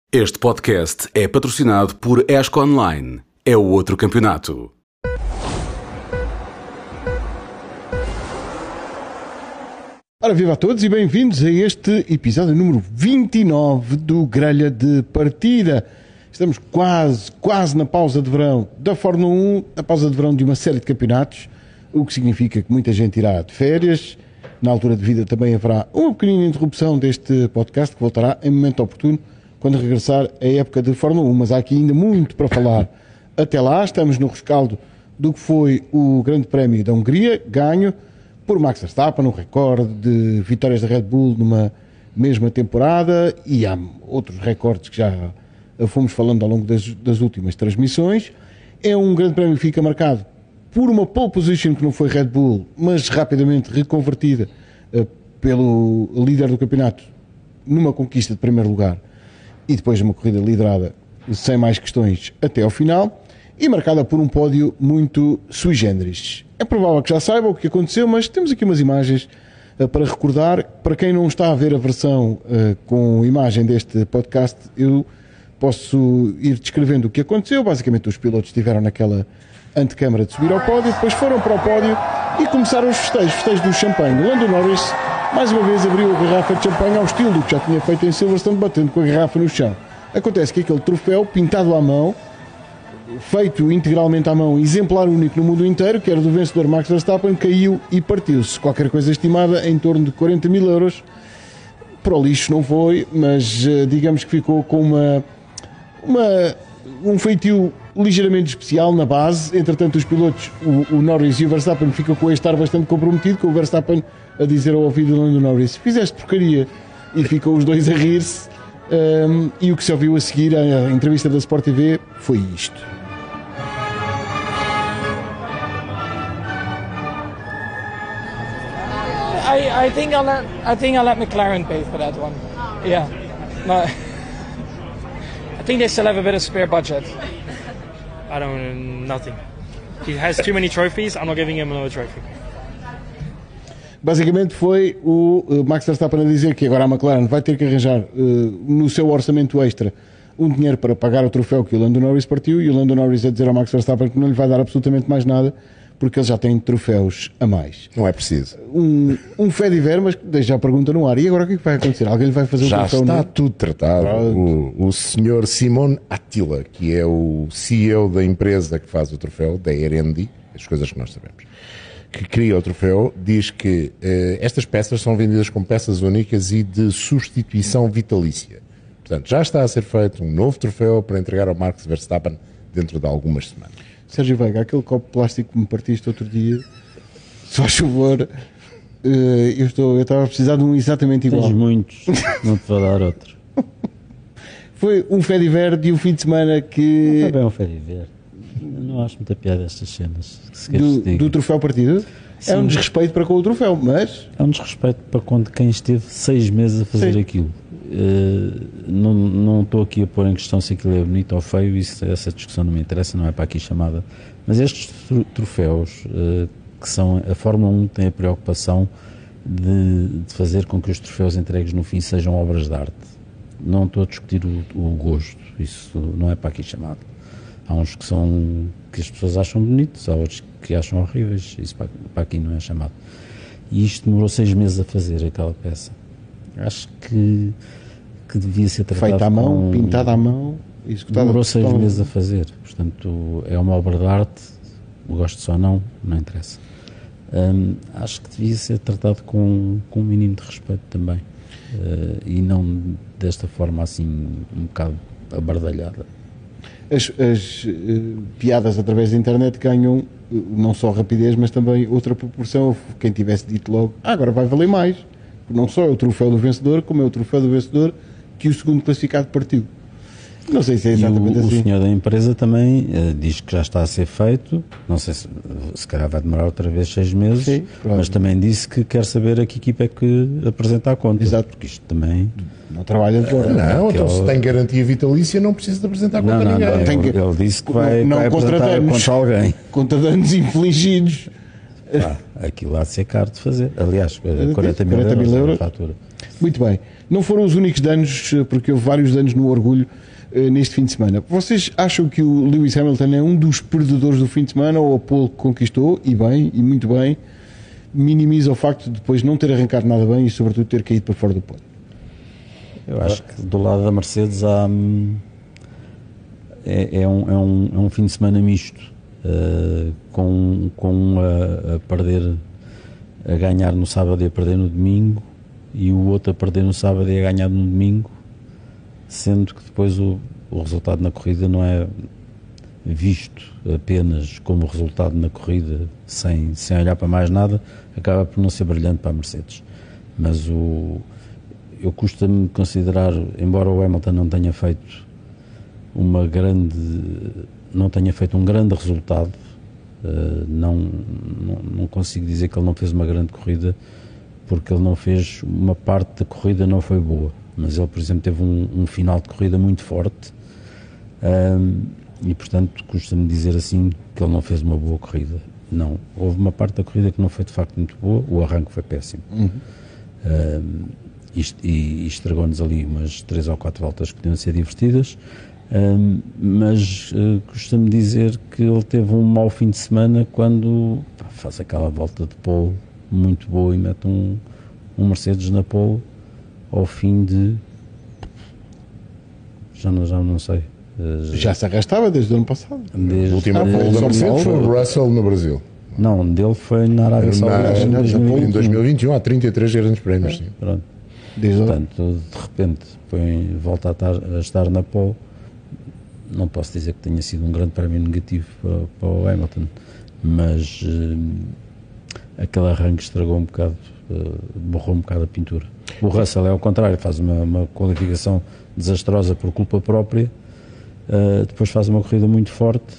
Este podcast é patrocinado por ESCO Online. É o outro campeonato. Ora, viva a todos e bem-vindos a este episódio número 29 do Grelha de Partida. Estamos quase na pausa de verão da Fórmula 1, na pausa de verão de uma série de campeonatos, o que significa que muita gente irá de férias. Na altura de vida também haverá uma pequenina interrupção deste podcast que voltará em momento oportuno quando regressar a época de Fórmula 1, mas há aqui ainda muito para falar. Até lá, estamos no rescaldo do que foi o Grande Prémio da Hungria, ganho por Max Verstappen, um recorde de vitórias da Red Bull numa mesma temporada, e há outros recordes que já fomos falando ao longo das últimas transmissões. É um Grande Prémio que fica marcado por uma pole position que não foi Red Bull, mas rapidamente reconvertida pelo líder do campeonato numa conquista de primeiro lugar, e depois de uma corrida liderada sem mais questões até ao final, e marcada por um pódio muito sui generis. É provável que já saibam o que aconteceu, mas temos aqui umas imagens para recordar. Para quem não está a ver a versão com imagem deste podcast, eu posso ir descrevendo o que aconteceu. Basicamente, os pilotos estiveram naquela antecâmara de subir ao pódio, depois foram para o pódio e começaram os festejos do champanhe. Lando Norris, mais uma vez, abriu a garrafa de champanhe ao estilo do que já tinha feito em Silverstone, batendo com a garrafa no chão. Acontece que aquele troféu, pintado à mão, feito integralmente à mão, exemplar único no mundo inteiro, que era do vencedor Max Verstappen, caiu e partiu-se. Qualquer coisa estimada em torno de 40 mil euros. Para o lixo não foi, mas digamos que ficou com um feitio ligeiramente especial na base. Entretanto, os pilotos, o Norris e o Verstappen, ficam com este ar bastante comprometido, com o Verstappen a dizer ao ouvido do Lando Norris: fizeste porcaria, e ficam os dois a rir-se. E o que se ouviu a seguir à entrevista da Sport TV foi isto. I think I'll let McLaren pay for that one. Yeah, no, I think they still have a bit of spare budget. I don't nothing. He has too many trophies. I'm not giving him another trophy. Basicamente foi o Max Verstappen a dizer que agora a McLaren vai ter que arranjar no seu orçamento extra um dinheiro para pagar o troféu que o Lando Norris partiu, e o Lando Norris a dizer ao Max Verstappen que não lhe vai dar absolutamente mais nada porque ele já tem troféus a mais. Não é preciso. Um fé de ver, mas deixa a pergunta no ar. E agora o que é que vai acontecer? Alguém lhe vai fazer Já um troféu? está tudo tratado. O senhor Simon Attila, que é o CEO da empresa que faz o troféu, da Erendi, as coisas que nós sabemos, que cria o troféu, diz que estas peças são vendidas como peças únicas e de substituição vitalícia. Portanto, já está a ser feito um novo troféu para entregar ao Max Verstappen dentro de algumas semanas. Sérgio Veiga, aquele copo de plástico que me partiste outro dia, só favor, eu estava a precisar de um exatamente igual. Tens muitos, não te vou dar outro. Foi um fé de ver de um fim de semana que... Não foi bem um fé de ver. Eu não acho muita piada estas cenas. Do troféu partido? Sim. É um desrespeito para com o troféu, mas... É um desrespeito para quando quem esteve 6 meses a fazer aquilo. Não estou aqui a pôr em questão se aquilo é bonito ou feio, essa discussão não me interessa, não é para aqui chamada. Mas estes troféus, que são... A Fórmula 1 tem a preocupação de fazer com que os troféus entregues no fim sejam obras de arte. Não estou a discutir o gosto, isso não é para aqui chamado. Há uns que as pessoas acham bonitos, há outros que acham horríveis, isso para aqui não é chamado. E isto demorou 6 meses a fazer, aquela peça. Acho que devia ser tratado feita à mão, pintada à mão, executada. Demorou 6 meses a fazer, portanto é uma obra de arte, gosto só não interessa. Acho que devia ser tratado com um mínimo de respeito também, e não desta forma assim um bocado abardalhada. As piadas através da internet ganham não só rapidez, mas também outra proporção. Quem tivesse dito logo, agora vai valer mais. Não só é o troféu do vencedor, como é o troféu do vencedor que o segundo classificado partiu. Não sei se é exatamente assim. O senhor da empresa também diz que já está a ser feito. Não sei se calhar vai demorar outra vez 6 meses. Sim, mas também disse que quer saber a que equipa é que apresenta a conta. Exato. Porque isto também... Não trabalha de fora. Não, então se tem garantia vitalícia não precisa de apresentar conta a ninguém. Ele disse que vai apresentar contra alguém. Contra danos infligidos. Aquilo há de ser caro de fazer. Aliás, 40 mil euros. Fatura. Muito bem. Não foram os únicos danos, porque houve vários danos no orgulho neste fim de semana. Vocês acham que o Lewis Hamilton é um dos perdedores do fim de semana, ou a pole que conquistou, e bem, e muito bem, minimiza o facto de depois não ter arrancado nada bem e sobretudo ter caído para fora do pódio? Eu acho que do lado da Mercedes é um fim de semana misto, com a perder, a ganhar no sábado e a perder no domingo, e o outro a perder no sábado e a ganhar no domingo, sendo que depois o resultado na corrida não é visto apenas como resultado na corrida, sem olhar para mais nada, acaba por não ser brilhante para a Mercedes. Mas eu custa-me considerar, embora o Hamilton não tenha feito um grande resultado, não consigo dizer que ele não fez uma grande corrida, porque ele não fez, uma parte da corrida não foi boa, mas ele, por exemplo, teve um final de corrida muito forte, e portanto custa-me dizer assim que ele não fez uma boa corrida. Não, houve uma parte da corrida que não foi de facto muito boa, o arranque foi péssimo. E estragou-nos ali umas 3 ou 4 voltas que podiam ser divertidas, mas custa-me dizer que ele teve um mau fim de semana quando faz aquela volta de pole muito boa e mete um Mercedes na pole ao fim de... já não sei. Já se arrastava desde o ano passado. A última pole da Mercedes foi o Russell no Brasil. Não, dele foi na Arábia Saudita em 2021, há 33 grandes prémios. Sim. Pronto. Portanto, de repente volta a estar na pole. Não posso dizer que tenha sido um grande prémio negativo para o Hamilton, mas aquele arranque estragou um bocado, borrou um bocado a pintura. O Russell é ao contrário, faz uma qualificação desastrosa por culpa própria, depois faz uma corrida muito forte,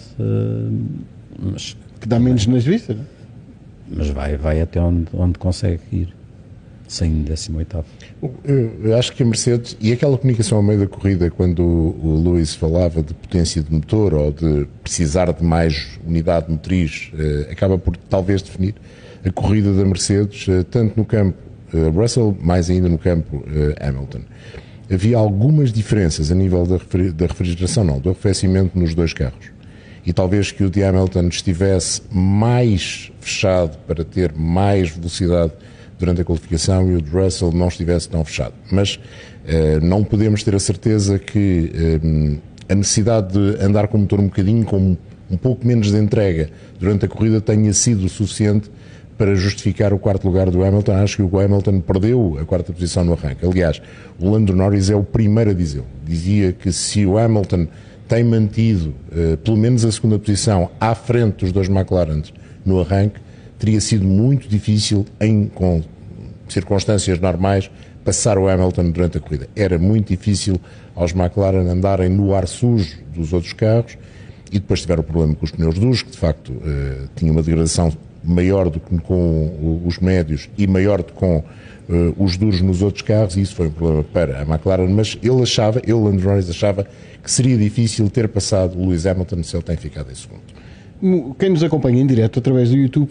mas que dá menos nas vistas, não é? Mas vai até onde consegue ir, sem 18º. Eu acho que a Mercedes, e aquela comunicação ao meio da corrida, quando o Lewis falava de potência de motor ou de precisar de mais unidade motriz, acaba por talvez definir a corrida da Mercedes, tanto no campo Russell, mais ainda no campo Hamilton. Havia algumas diferenças a nível da refrigeração, do arrefecimento nos dois carros. E talvez que o de Hamilton estivesse mais fechado para ter mais velocidade durante a qualificação e o de Russell não estivesse tão fechado. Mas não podemos ter a certeza que a necessidade de andar com o motor um bocadinho, com um pouco menos de entrega durante a corrida tenha sido o suficiente para justificar o quarto lugar do Hamilton. Acho que o Hamilton perdeu a quarta posição no arranque. Aliás, o Lando Norris é o primeiro a dizê-lo. Dizia que se o Hamilton tem mantido pelo menos a segunda posição à frente dos dois McLaren no arranque, teria sido muito difícil, com circunstâncias normais, passar o Hamilton durante a corrida. Era muito difícil aos McLaren andarem no ar sujo dos outros carros, e depois tiveram o problema com os pneus duros, que de facto tinha uma degradação maior do que com os médios e maior do que com os duros nos outros carros, e isso foi um problema para a McLaren, mas ele, Lando Norris, achava que seria difícil ter passado o Lewis Hamilton se ele tem ficado em segundo. Quem nos acompanha em direto através do YouTube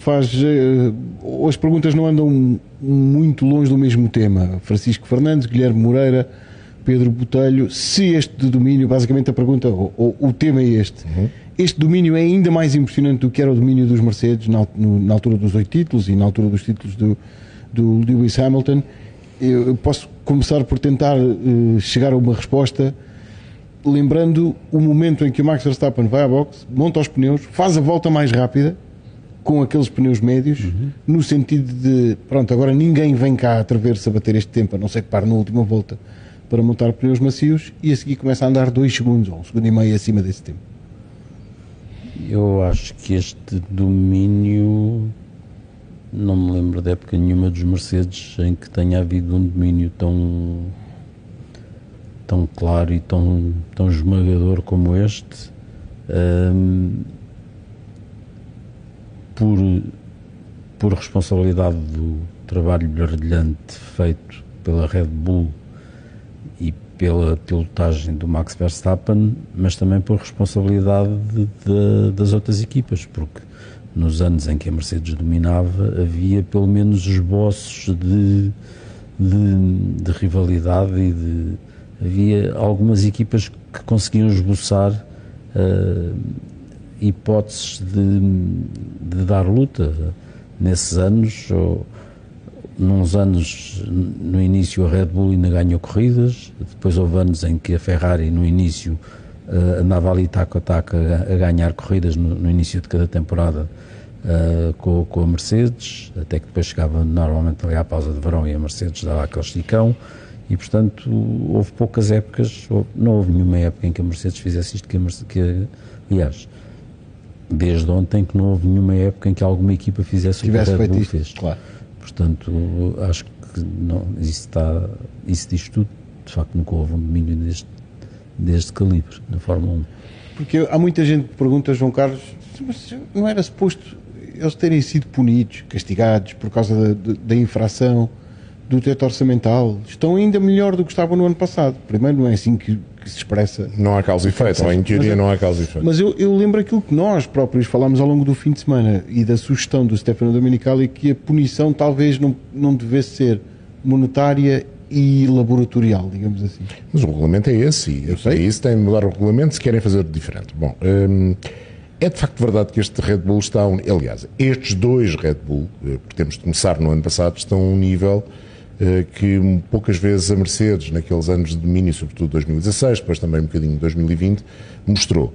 as perguntas não andam muito longe do mesmo tema. Francisco Fernandes, Guilherme Moreira, Pedro Botelho, se este domínio, basicamente a pergunta, o tema é este. Este domínio é ainda mais impressionante do que era o domínio dos Mercedes na altura dos 8 títulos e na altura dos títulos do Lewis Hamilton. Eu posso começar por tentar chegar a uma resposta lembrando o momento em que o Max Verstappen vai à boxe, monta os pneus, faz a volta mais rápida com aqueles pneus médios, no sentido de, pronto, agora ninguém vem cá atrever-se a bater este tempo, a não ser que pare na última volta para montar pneus macios, e a seguir começa a andar 2 segundos ou 1,5 segundos acima desse tempo. Eu acho que este domínio, não me lembro de época nenhuma dos Mercedes em que tenha havido um domínio tão claro e tão esmagador como este, por responsabilidade do trabalho brilhante feito pela Red Bull e pela pilotagem do Max Verstappen, mas também por responsabilidade das outras equipas, porque nos anos em que a Mercedes dominava havia pelo menos esboços de rivalidade havia algumas equipas que conseguiam esboçar hipóteses de dar luta nesses anos. Nos anos, no início a Red Bull ainda ganhou corridas, depois houve anos em que a Ferrari no início andava ali taco a taco a ganhar corridas no início de cada temporada com a Mercedes, até que depois chegava normalmente ali à pausa de verão e a Mercedes dava aquele esticão, e portanto houve poucas épocas, não houve nenhuma época em que a Mercedes fizesse isto, aliás, desde ontem que não houve nenhuma época em que alguma equipa fizesse o que a Red Bull fez. Claro. Portanto, acho que não, isso diz tudo. De facto, nunca houve um domínio deste calibre na Fórmula 1. Porque há muita gente que pergunta, João Carlos, mas não era suposto eles terem sido punidos, castigados por causa da infração do teto orçamental? Estão ainda melhor do que estavam no ano passado. Primeiro, não é assim que se expressa. Não há causa e efeito, ou em teoria não há causa e efeito. Mas eu lembro aquilo que nós próprios falámos ao longo do fim de semana e da sugestão do Stefano Domenicali, que a punição talvez não devesse ser monetária e laboratorial, digamos assim. Mas o regulamento é esse, e isso tem de mudar o regulamento se querem fazer diferente. Bom, é de facto verdade que este Red Bull está, aliás, estes dois Red Bull, porque temos de começar no ano passado, estão a um nível que poucas vezes a Mercedes, naqueles anos de domínio, sobretudo 2016, depois também um bocadinho de 2020, mostrou.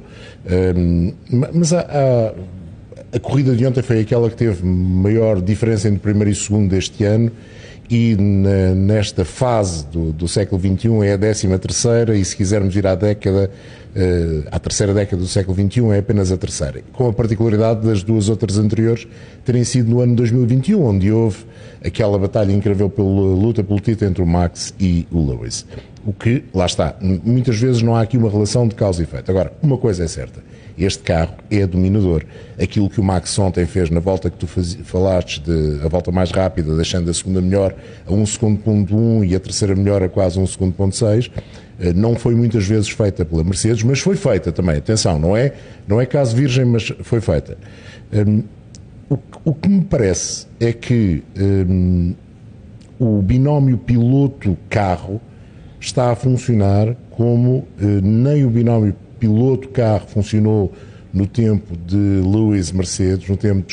Mas a corrida de ontem foi aquela que teve maior diferença entre primeiro e segundo deste ano, e nesta fase do século XXI é a 13ª, e se quisermos ir à terceira década do século XXI é apenas a terceira, com a particularidade das duas outras anteriores terem sido no ano 2021, onde houve aquela batalha incrível pela luta pelo título entre o Max e o Lewis. O que, lá está, muitas vezes não há aqui uma relação de causa e efeito. Agora, uma coisa é certa, este carro é dominador. Aquilo que o Max ontem fez na volta que tu falaste, a volta mais rápida, deixando a segunda melhor a 1 segundo ponto 1 e a terceira melhor a quase 1 segundo ponto 6, não foi muitas vezes feita pela Mercedes, mas foi feita também. Atenção, não é caso virgem, mas foi feita. O que me parece é que o binómio piloto-carro está a funcionar como nem o binómio piloto-carro funcionou no tempo de Lewis-Mercedes, no tempo de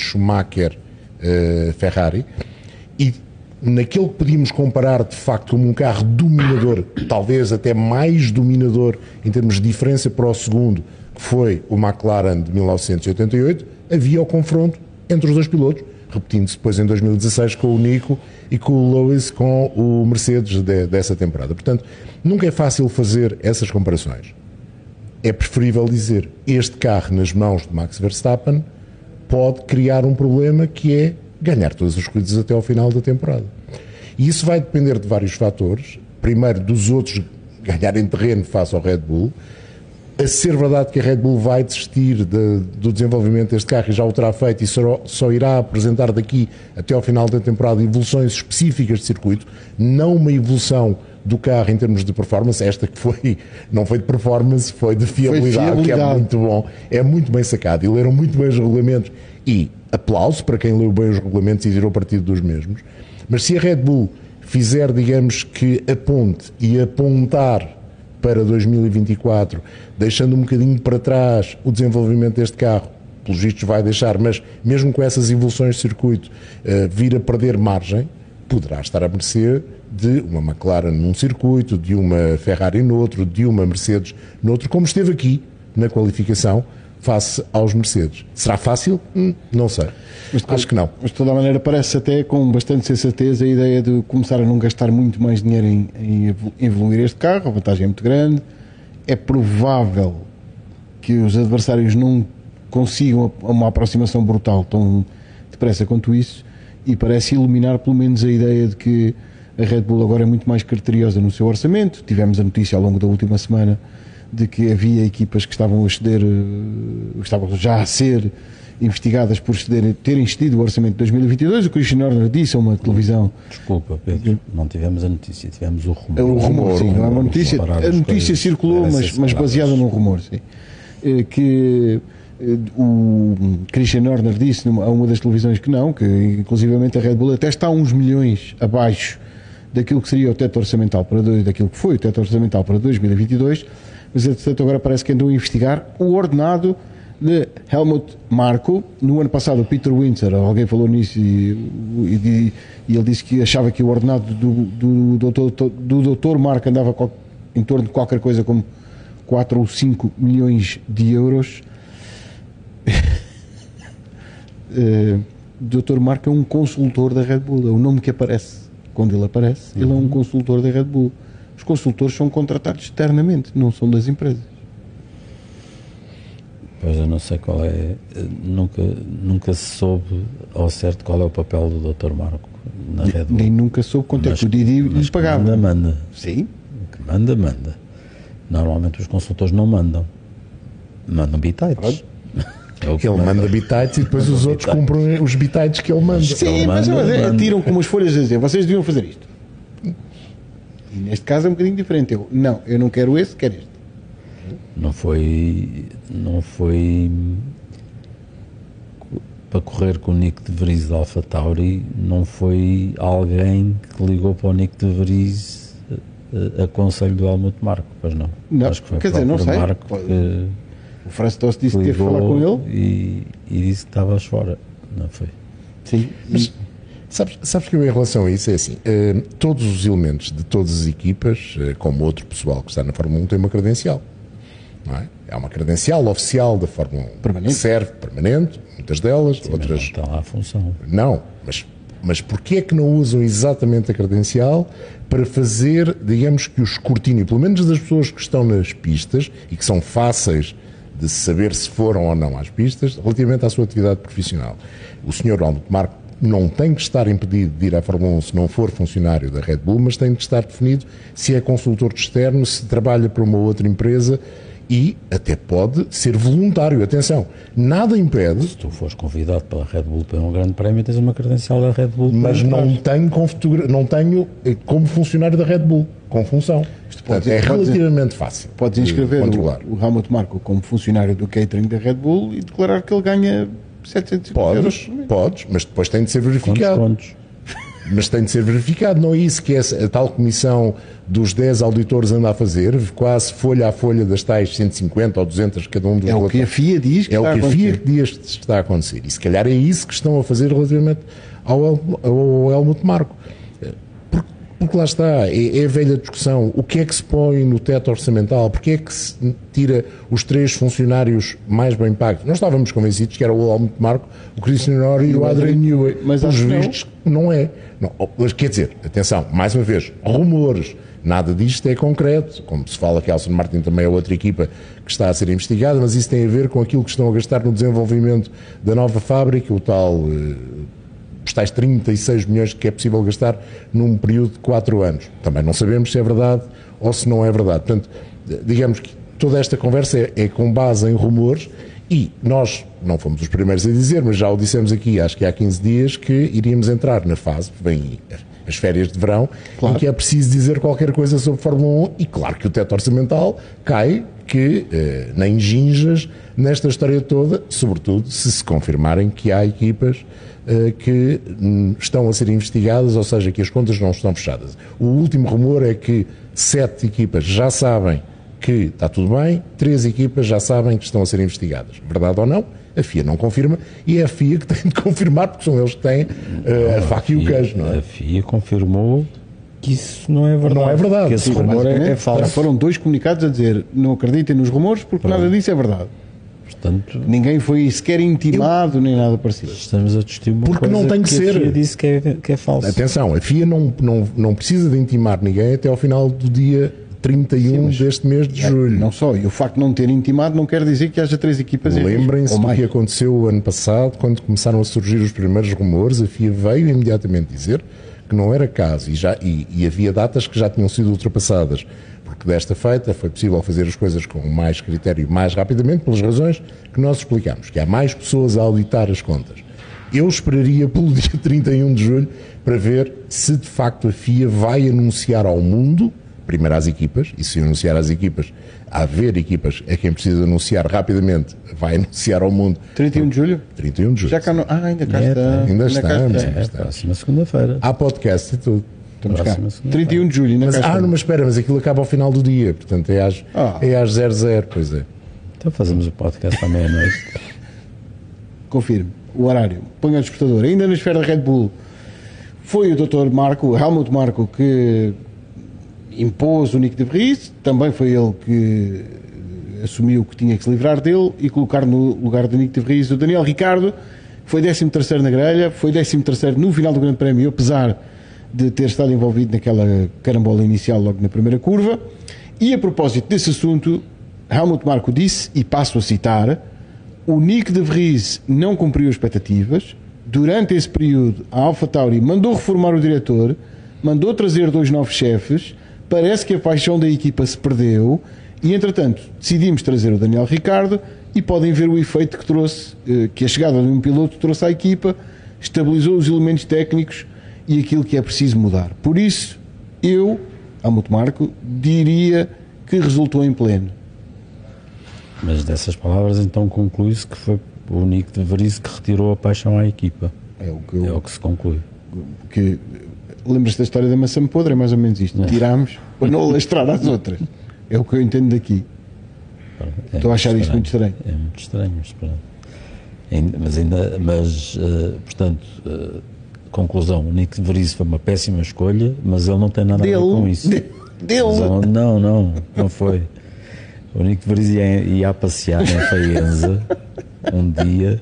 Schumacher-Ferrari, e naquele que podíamos comparar de facto como um carro dominador, talvez até mais dominador em termos de diferença para o segundo, que foi o McLaren de 1988, havia o confronto entre os dois pilotos, repetindo-se depois em 2016 com o Nico e com o Lewis com o Mercedes dessa temporada. Portanto, nunca é fácil fazer essas comparações. É preferível dizer, este carro nas mãos de Max Verstappen pode criar um problema que é ganhar todas as corridas até ao final da temporada. E isso vai depender de vários fatores. Primeiro, dos outros ganharem terreno face ao Red Bull. A ser verdade que a Red Bull vai desistir do desenvolvimento deste carro e já o terá feito e só irá apresentar daqui até ao final da temporada evoluções específicas de circuito, não uma evolução do carro em termos de performance, esta que não foi de performance, foi de fiabilidade, que é muito bom, é muito bem sacado, e leram muito bem os regulamentos, e aplauso para quem leu bem os regulamentos e tirou partido dos mesmos. Mas se a Red Bull fizer, digamos que aponte e apontar para 2024, deixando um bocadinho para trás o desenvolvimento deste carro, pelos vistos vai deixar, mas mesmo com essas evoluções de circuito, vir a perder margem, poderá estar a mercê de uma McLaren num circuito, de uma Ferrari noutro, de uma Mercedes noutro, como esteve aqui na qualificação face aos Mercedes. Será fácil? Não sei. Acho que não. Mas de toda a maneira parece até com bastante sensatez a ideia de começar a não gastar muito mais dinheiro em evoluir este carro. A vantagem é muito grande. É provável que os adversários não consigam uma aproximação brutal tão depressa quanto isso, e parece iluminar pelo menos a ideia de que a Red Bull agora é muito mais criteriosa no seu orçamento. Tivemos a notícia ao longo da última semana de que havia equipas que estavam já a ser investigadas por terem excedido o orçamento de 2022. O Christian Horner disse a uma televisão... Desculpa, Pedro, não tivemos a notícia, tivemos o rumor. O rumor, sim, não é uma notícia. A notícia circulou, mas baseada num rumor, sim. Que o Christian Horner disse a uma das televisões que inclusivamente a Red Bull até está uns milhões abaixo daquilo que seria o teto orçamental daquilo que foi o teto orçamental para 2022, mas entretanto agora parece que andam a investigar o ordenado de Helmut Marko. No ano passado o Peter Windsor, alguém falou nisso e ele disse que achava que o ordenado do Dr. Marko andava em torno de qualquer coisa como 4 ou 5 milhões de euros. Dr. Marko é um consultor da Red Bull, é o nome que aparece. Quando ele aparece, ele é um consultor da Red Bull. Os consultores são contratados externamente, não são das empresas. Pois eu não sei qual é, nunca se soube ao certo qual é o papel do Dr. Marko na Red Bull. Nem nunca soube quanto é que o Didi lhe pagava. Manda. Sim. Que manda. Normalmente os consultores não mandam. Mandam bitites. Ele manda bitites e depois os outros cumprem os bitites que ele manda. Sim, mas tiram com umas folhas a dizer, vocês deviam fazer isto. E neste caso é um bocadinho diferente. Eu não quero esse, quero este. Não foi para correr com o Nick de Vries da AlphaTauri, não foi alguém que ligou para o Nick de Vries a conselho do Helmut Marko, pois não. Não, acho que foi quer dizer, não sei. Marko que o Franz Tost disse que teve que falar com ele e disse que estavas fora, não foi? Sim. Mas sabes que eu, em relação a isso, é assim, todos os elementos de todas as equipas, como outro pessoal que está na Fórmula 1, tem uma credencial. Não é? É uma credencial oficial da Fórmula 1. Permanente. Serve permanente, muitas delas, Sim, outras... mas não está lá a função. Não, mas porquê é que não usam exatamente a credencial para fazer, digamos que o escrutínio, pelo menos das pessoas que estão nas pistas e que são fáceis de saber se foram ou não às pistas, relativamente à sua atividade profissional. O Sr. Helmut Marko não tem que estar impedido de ir à Fórmula 1 se não for funcionário da Red Bull, mas tem que estar definido se é consultor externo, se trabalha para uma outra empresa e até pode ser voluntário. Atenção, nada impede... Se tu fores convidado pela Red Bull para um grande prémio, tens uma credencial da Red Bull. Mas não tenho como funcionário da Red Bull, com função. Portanto, é relativamente fácil. Podes inscrever o Helmut Marko como funcionário do catering da Red Bull e declarar que ele ganha 700 euros. Podes, mas depois tem de ser verificado. Quantos? Mas tem de ser verificado, não é isso que a tal comissão dos 10 auditores anda a fazer, quase folha a folha das tais 150 ou 200 cada um dos É o que a FIA diz que é está o que a a FIA acontecer. diz que está a acontecer. E se calhar é isso que estão a fazer relativamente ao Helmut Marko. Porque lá está, é a velha discussão. O que é que se põe no teto orçamental? Porque é que se tira os 3 funcionários mais bem pagos? Nós estávamos convencidos que era o Helmut Marko, o Christian Horner e o Adrian Newey. Mas os acho que vistos não é. Não, mas quer dizer, atenção, mais uma vez, rumores. Nada disto é concreto. Como se fala que a Aston Martin também é outra equipa que está a ser investigada, mas isso tem a ver com aquilo que estão a gastar no desenvolvimento da nova fábrica, o tal... os tais 36 milhões que é possível gastar num período de 4 anos. Também não sabemos se é verdade ou se não é verdade. Portanto, digamos que toda esta conversa é com base em rumores e nós não fomos os primeiros a dizer, mas já o dissemos aqui, acho que há 15 dias, que iríamos entrar na fase, vem as férias de verão, claro, em que é preciso dizer qualquer coisa sobre Fórmula 1 e claro que o teto orçamental cai, que nem ginjas nesta história toda, sobretudo se confirmarem que há equipas que estão a ser investigadas, ou seja, que as contas não estão fechadas. O último rumor é que 7 equipas já sabem que está tudo bem, 3 equipas já sabem que estão a ser investigadas. Verdade ou não? A FIA não confirma e é a FIA que tem de confirmar, porque são eles que têm a faca e o queijo, não é? A FIA confirmou que isso não é verdade. Não é verdade. Que esse Sim, rumor é Já falso. foram 2 comunicados a dizer não acreditem nos rumores porque nada disso é verdade. Portanto, Ninguém foi sequer intimado nem nada parecido. estamos a discutir uma Porque coisa não tem que ser. a FIA disse que é falso. Atenção, a FIA não precisa de intimar ninguém até ao final do dia 31 deste mês de julho. Não só, e o facto de não ter intimado não quer dizer que haja 3 equipas em risco, Lembrem-se ou do mais. que aconteceu o ano passado, quando começaram a surgir os primeiros rumores, a FIA veio imediatamente dizer que não era caso, e havia datas que já tinham sido ultrapassadas, porque desta feita foi possível fazer as coisas com mais critério, mais rapidamente, pelas razões que nós explicamos, que há mais pessoas a auditar as contas. Eu esperaria pelo dia 31 de julho para ver se de facto a FIA vai anunciar ao mundo, primeiro às equipas, e se anunciar às equipas, haver equipas a quem precisa anunciar rapidamente, vai anunciar ao mundo. 31 de julho? 31 de julho. Já cá não... ainda cá É, está. ainda cá estamos. está. É, próxima segunda-feira. Há podcast e tudo. Estamos cá. Próxima segunda-feira. 31 de julho, na Mas, Caixa. mas espera, mas aquilo acaba ao final do dia, portanto é às 00, pois é. Então fazemos o podcast à meia-noite. Confirme o horário. Ponha o despertador. Ainda na esfera da Red Bull, foi o Dr. Marko, Helmut Marko, que impôs o Nick de Vries. Também foi ele que assumiu que tinha que se livrar dele e colocar no lugar do Nick de Vries o Daniel Ricciardo. Foi 13º na grelha, foi 13º no final do Grande Prémio, apesar de ter estado envolvido naquela carambola inicial logo na primeira curva. E a propósito desse assunto, Helmut Marko disse, e passo a citar: o Nick de Vries não cumpriu as expectativas. Durante esse período, a AlphaTauri mandou reformar o diretor, mandou trazer 2 novos chefes, parece que a paixão da equipa se perdeu e, entretanto, decidimos trazer o Daniel Ricciardo e podem ver o efeito que trouxe, que a chegada de um piloto trouxe à equipa, estabilizou os elementos técnicos e aquilo que é preciso mudar. Por isso, eu, Helmut Marko, diria que resultou em pleno. Mas dessas palavras então conclui-se que foi o Nick de Vries que retirou a paixão à equipa. É o que É o que se conclui. que lembras-te da história da maçã podre? É mais ou menos isto. Tirámos para não lastrar às outras. É o que eu entendo daqui. É Estou a achar isto muito estranho. É muito estranho, mas pronto. Portanto, conclusão, o Nick de Vries foi uma péssima escolha, mas ele não tem nada a ver com isso. Dele. Não foi. O Nick de Vries ia a passear em Faenza um dia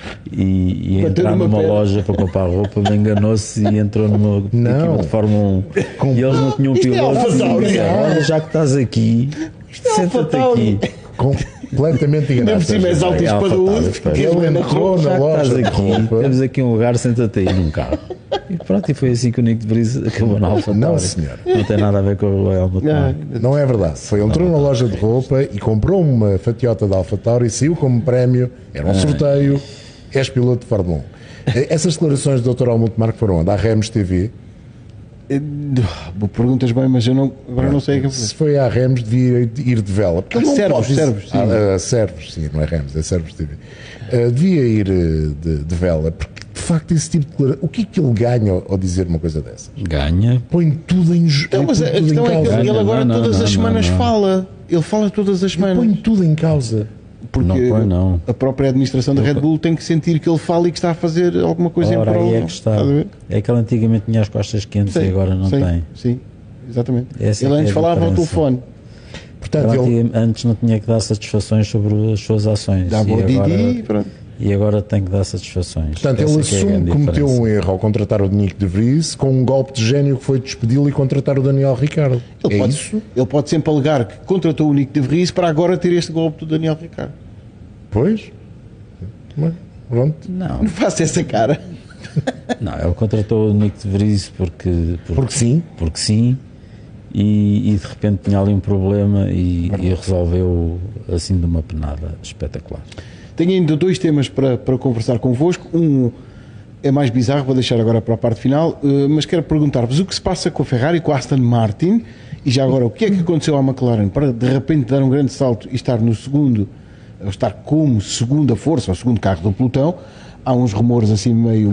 e ia entrar numa loja para comprar roupa, me enganou-se e entrou numa equipa de Fórmula 1 e eles não tinham piloto. Olha, já que estás aqui, senta-te aqui. Completamente Ainda por enganado. cima és alto espadudo. Ele entrou na loja de roupa. Temos aqui um lugar, senta-te aí num carro. E pronto, e foi assim que o Nick de Vries acabou na AlphaTauri. Não, senhor. Não tem nada a ver com o Helmut Marko. Não é verdade. Ele entrou na loja de roupa e comprou uma fatiota da AlphaTauri e saiu como prémio. Era um sorteio. És piloto de Fórmula 1. Essas declarações do Dr. Helmut Marko foram onde? À Remos TV. Perguntas bem, mas eu agora não sei. Se foi à Remos, devia ir de vela. Porque ele não Servos, pode- Servos, sim. Servos, sim, não é Remos, é Servos TV. Devia ir de vela, porque de facto esse tipo de declaração. O que é que ele ganha ao dizer uma coisa dessas? Ganha. Põe tudo em Então, mas a questão é que ele agora Não, todas não, as não, semanas não. fala. Ele fala todas as Põe semanas. tudo em causa. Porque Não põe, não. a própria administração da Red Bull tem que sentir que ele fala e que está a fazer alguma coisa em Ora, prol. aí é que está. Estás a ver? É que ele antigamente tinha as costas quentes Sim, e agora não sim, tem. Sim, exatamente. Essa Ele é antes a falava ao diferença. telefone. Portanto, Ele antes não tinha que dar satisfações sobre as suas ações. Dava o Didi, pronto. E agora tem que dar satisfações. Portanto, Essa ele é que é a assume grande que cometeu diferença. um erro ao contratar o Nick de Vries com um golpe de gênio que foi despedi-lo e contratar o Daniel Ricciardo. Ele, É pode, isso? ele pode sempre alegar que contratou o Nick de Vries para agora ter este golpe do Daniel Ricciardo. Pois. Mas, pronto. Não, Não faça essa cara. não, ele contratou o Nick de Vries porque Porque sim. e de repente tinha ali um problema e resolveu assim de uma penada espetacular. Tenho ainda 2 temas para conversar convosco. Um é mais bizarro, vou deixar agora para a parte final, mas quero perguntar-vos o que se passa com a Ferrari, com a Aston Martin, e já agora o que é que aconteceu à McLaren para de repente dar um grande salto e estar no segundo, ou estar como segunda força, ou segundo carro do pelotão. Há uns rumores assim meio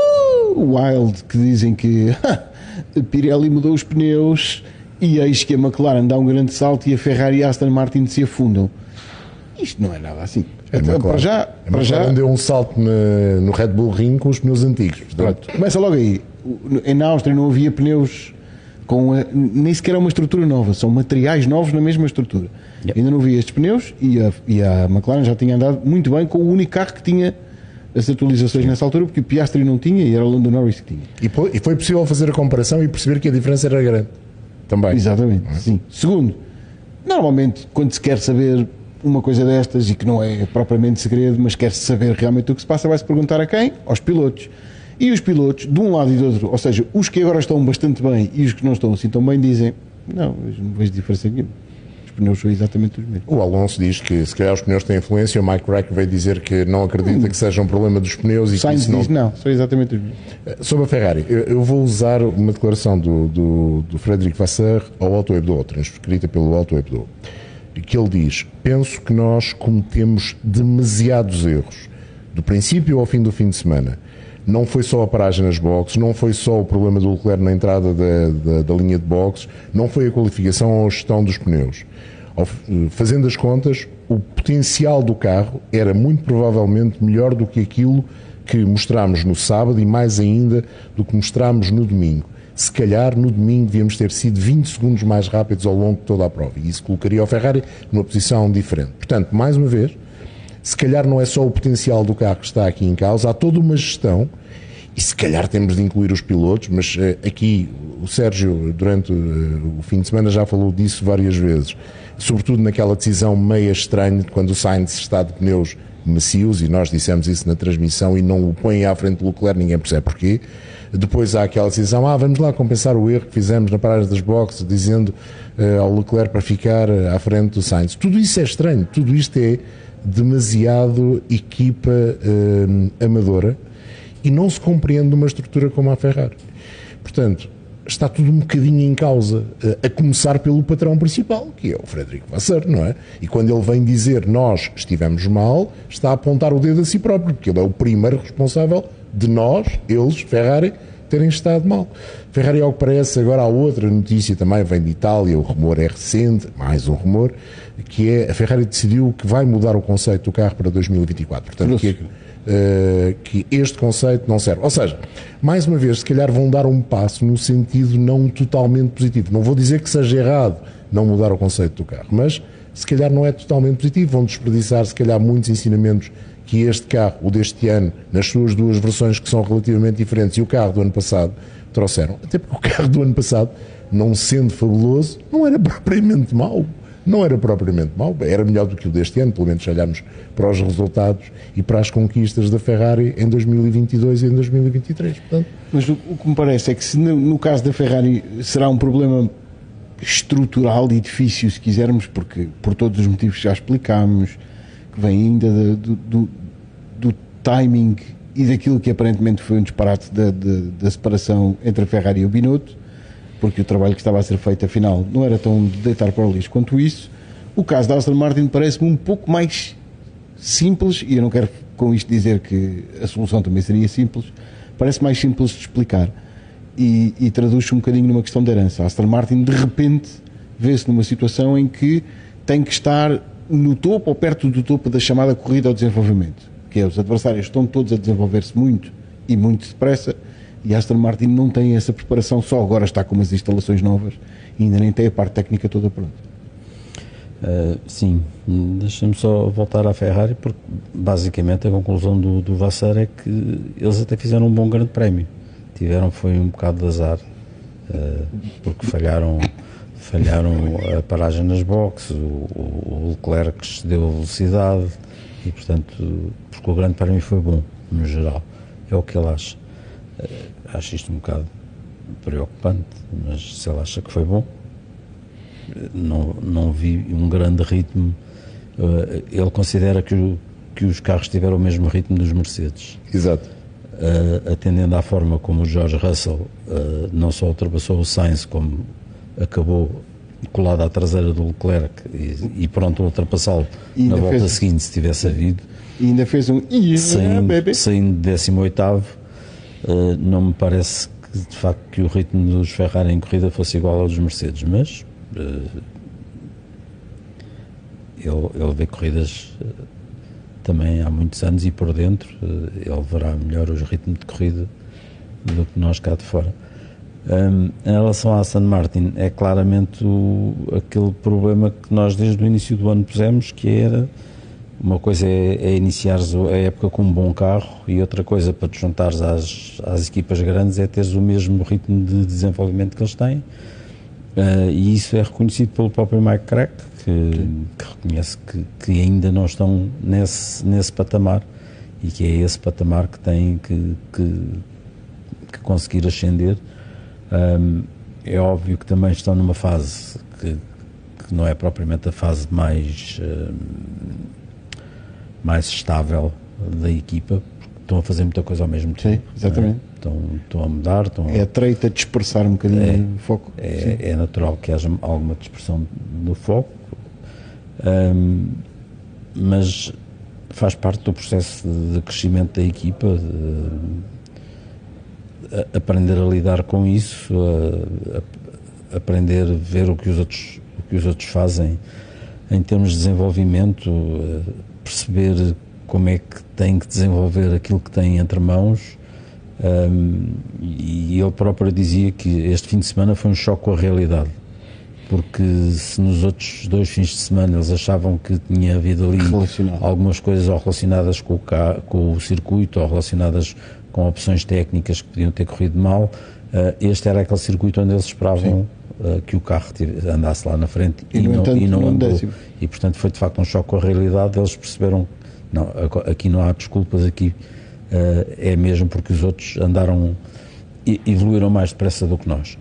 wild que dizem que Pirelli mudou os pneus e eis que a McLaren dá um grande salto e a Ferrari e a Aston Martin se afundam. Isto não é nada assim. Para já, deu um salto no Red Bull Ring com os pneus antigos. Portanto, pronto, começa logo aí. Na Áustria não havia pneus nem sequer é uma estrutura nova, são materiais novos na mesma estrutura. Yep. Ainda não havia estes pneus e a McLaren já tinha andado muito bem com o único carro que tinha as atualizações nessa altura, porque o Piastri não tinha e era o Lando Norris que tinha. e foi possível fazer a comparação e perceber que a diferença era grande. Também. Exatamente, sim. Segundo, normalmente quando se quer saber uma coisa destas e que não é propriamente segredo, mas quer-se saber realmente o que se passa, vai-se perguntar a quem? Aos pilotos. E os pilotos, de um lado e do outro, ou seja, os que agora estão bastante bem e os que não estão assim tão bem, dizem: não, eu não vejo diferença nenhuma. Os pneus são exatamente os mesmos. O Alonso diz que se calhar os pneus têm influência. O Mike Rack veio dizer que não acredita que seja um problema dos pneus e que Sainz isso não... diz: não, são exatamente os mesmos. Sobre a Ferrari, eu vou usar uma declaração do Frederic Vasseur ao Auto Hebdo, transcrita pelo Auto Hebdo, que ele diz: penso que nós cometemos demasiados erros, do princípio ao fim do fim de semana. não foi só a paragem nas boxes, não foi só o problema do Leclerc na entrada da linha de boxes, não foi a qualificação ou a gestão dos pneus. Fazendo as contas, o potencial do carro era muito provavelmente melhor do que aquilo que mostrámos no sábado e mais ainda do que mostrámos no domingo. Se calhar no domingo devíamos ter sido 20 segundos mais rápidos ao longo de toda a prova e isso colocaria o Ferrari numa posição diferente. Portanto, mais uma vez, se calhar não é só o potencial do carro que está aqui em causa, há toda uma gestão e se calhar temos de incluir os pilotos, mas aqui o Sérgio durante o fim de semana já falou disso várias vezes, sobretudo naquela decisão meia estranha quando o Sainz está de pneus macios, e nós dissemos isso na transmissão, e não o põe à frente do Leclerc, ninguém percebe porquê. Depois há aquela decisão, vamos lá compensar o erro que fizemos na paragem das boxes, dizendo ao Leclerc para ficar à frente do Sainz. Tudo isso é estranho, tudo isto é demasiado equipa amadora e não se compreende uma estrutura como a Ferrari. Portanto, está tudo um bocadinho em causa, a começar pelo patrão principal, que é o Frederico Vasseur, não é? E quando ele vem dizer nós estivemos mal, está a apontar o dedo a si próprio, porque ele é o primeiro responsável de nós, eles, Ferrari, terem estado mal. Ferrari, ao que parece, agora há outra notícia também, vem de Itália, o rumor é recente, mais um rumor, que é a Ferrari decidiu que vai mudar o conceito do carro para 2024. Portanto, que este conceito não serve. Ou seja, mais uma vez, se calhar vão dar um passo no sentido não totalmente positivo. Não vou dizer que seja errado não mudar o conceito do carro, mas se calhar não é totalmente positivo. Vão desperdiçar, se calhar, muitos ensinamentos que este carro, o deste ano, nas suas duas versões que são relativamente diferentes, e o carro do ano passado trouxeram. Até porque o carro do ano passado, não sendo fabuloso, não era propriamente mau. Não era propriamente mau, era melhor do que o deste ano, pelo menos se olharmos para os resultados e para as conquistas da Ferrari em 2022 e em 2023. Portanto, mas o que me parece é que se no caso da Ferrari será um problema estrutural e difícil, se quisermos, porque por todos os motivos que já explicámos, que vem ainda do timing e daquilo que aparentemente foi um disparate da separação entre a Ferrari e o Binotto, porque o trabalho que estava a ser feito, afinal, não era tão de deitar para o lixo quanto isso. O caso da Aston Martin parece-me um pouco mais simples, e eu não quero com isto dizer que a solução também seria simples, parece mais simples de explicar e traduz-se um bocadinho numa questão de herança. A Aston Martin, de repente, vê-se numa situação em que tem que estar no topo ou perto do topo da chamada corrida ao desenvolvimento, que é, os adversários estão todos a desenvolver-se muito e muito depressa, e a Aston Martin não tem essa preparação, só agora está com umas instalações novas e ainda nem tem a parte técnica toda pronta. Sim, deixa-me só voltar à Ferrari, porque basicamente a conclusão do Vasseur é que eles até fizeram um bom grande prémio. Foi um bocado de azar, porque falharam a paragem nas boxes, o Leclerc excedeu a velocidade e, portanto, porque o grande prémio foi bom, no geral, é o que ele acha. Acho isto um bocado preocupante, mas se ele acha que foi bom, não vi um grande ritmo. Ele considera que os carros tiveram o mesmo ritmo dos Mercedes. Exato. Atendendo à forma como o George Russell não só ultrapassou o Sainz, como acabou colado à traseira do Leclerc e pronto a ultrapassá-lo na volta seguinte, se tivesse havido. E ainda fez saindo de 18º. Não me parece que de facto que o ritmo dos Ferrari em corrida fosse igual ao dos Mercedes, mas ele vê corridas também há muitos anos e por dentro ele verá melhor o ritmo de corrida do que nós cá de fora. Em relação à Aston Martin, é claramente aquele problema que nós desde o início do ano pusemos, que era uma coisa é iniciares a época com um bom carro e outra coisa para te juntares às equipas grandes é teres o mesmo ritmo de desenvolvimento que eles têm, e isso é reconhecido pelo próprio Mike Crack, que reconhece que ainda não estão nesse patamar e que é esse patamar que têm que conseguir ascender. É óbvio que também estão numa fase que não é propriamente a fase mais estável da equipa, porque estão a fazer muita coisa ao mesmo tempo. Sim, exatamente. Estão a mudar. É a treita de dispersar um bocadinho o foco. É natural que haja alguma dispersão do foco, mas faz parte do processo de crescimento da equipa. aprender a lidar com isso, aprender a ver o que os outros fazem em termos de desenvolvimento, perceber como é que tem que desenvolver aquilo que tem entre mãos. E ele próprio dizia que este fim de semana foi um choque com a realidade, porque se nos outros 2 fins de semana eles achavam que tinha havido ali algumas coisas ou relacionadas com o circuito ou relacionadas com opções técnicas que podiam ter corrido mal, este era aquele circuito onde eles esperavam que o carro andasse lá na frente e não andou. E portanto foi de facto um choque com a realidade. Eles perceberam, não, aqui não há desculpas, aqui é mesmo porque os outros evoluíram mais depressa do que nós.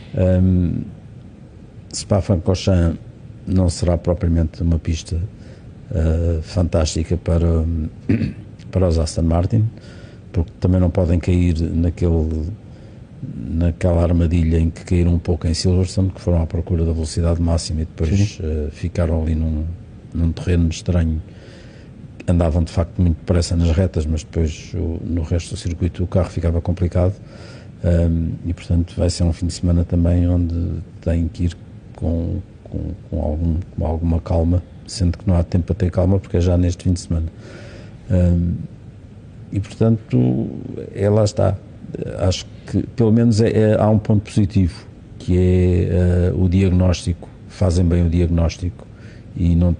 Spa-Francorchamps não será propriamente uma pista fantástica para os Aston Martin, porque também não podem cair naquela armadilha em que caíram um pouco em Silverstone, que foram à procura da velocidade máxima e depois ficaram ali num terreno estranho. Andavam de facto muito depressa nas retas, mas depois no resto do circuito o carro ficava complicado, e portanto vai ser um fim de semana também onde tem que ir com alguma calma, sendo que não há tempo para ter calma porque é já neste fim de semana. E portanto lá está. Acho que pelo menos há um ponto positivo, que é o diagnóstico. Fazem bem o diagnóstico e não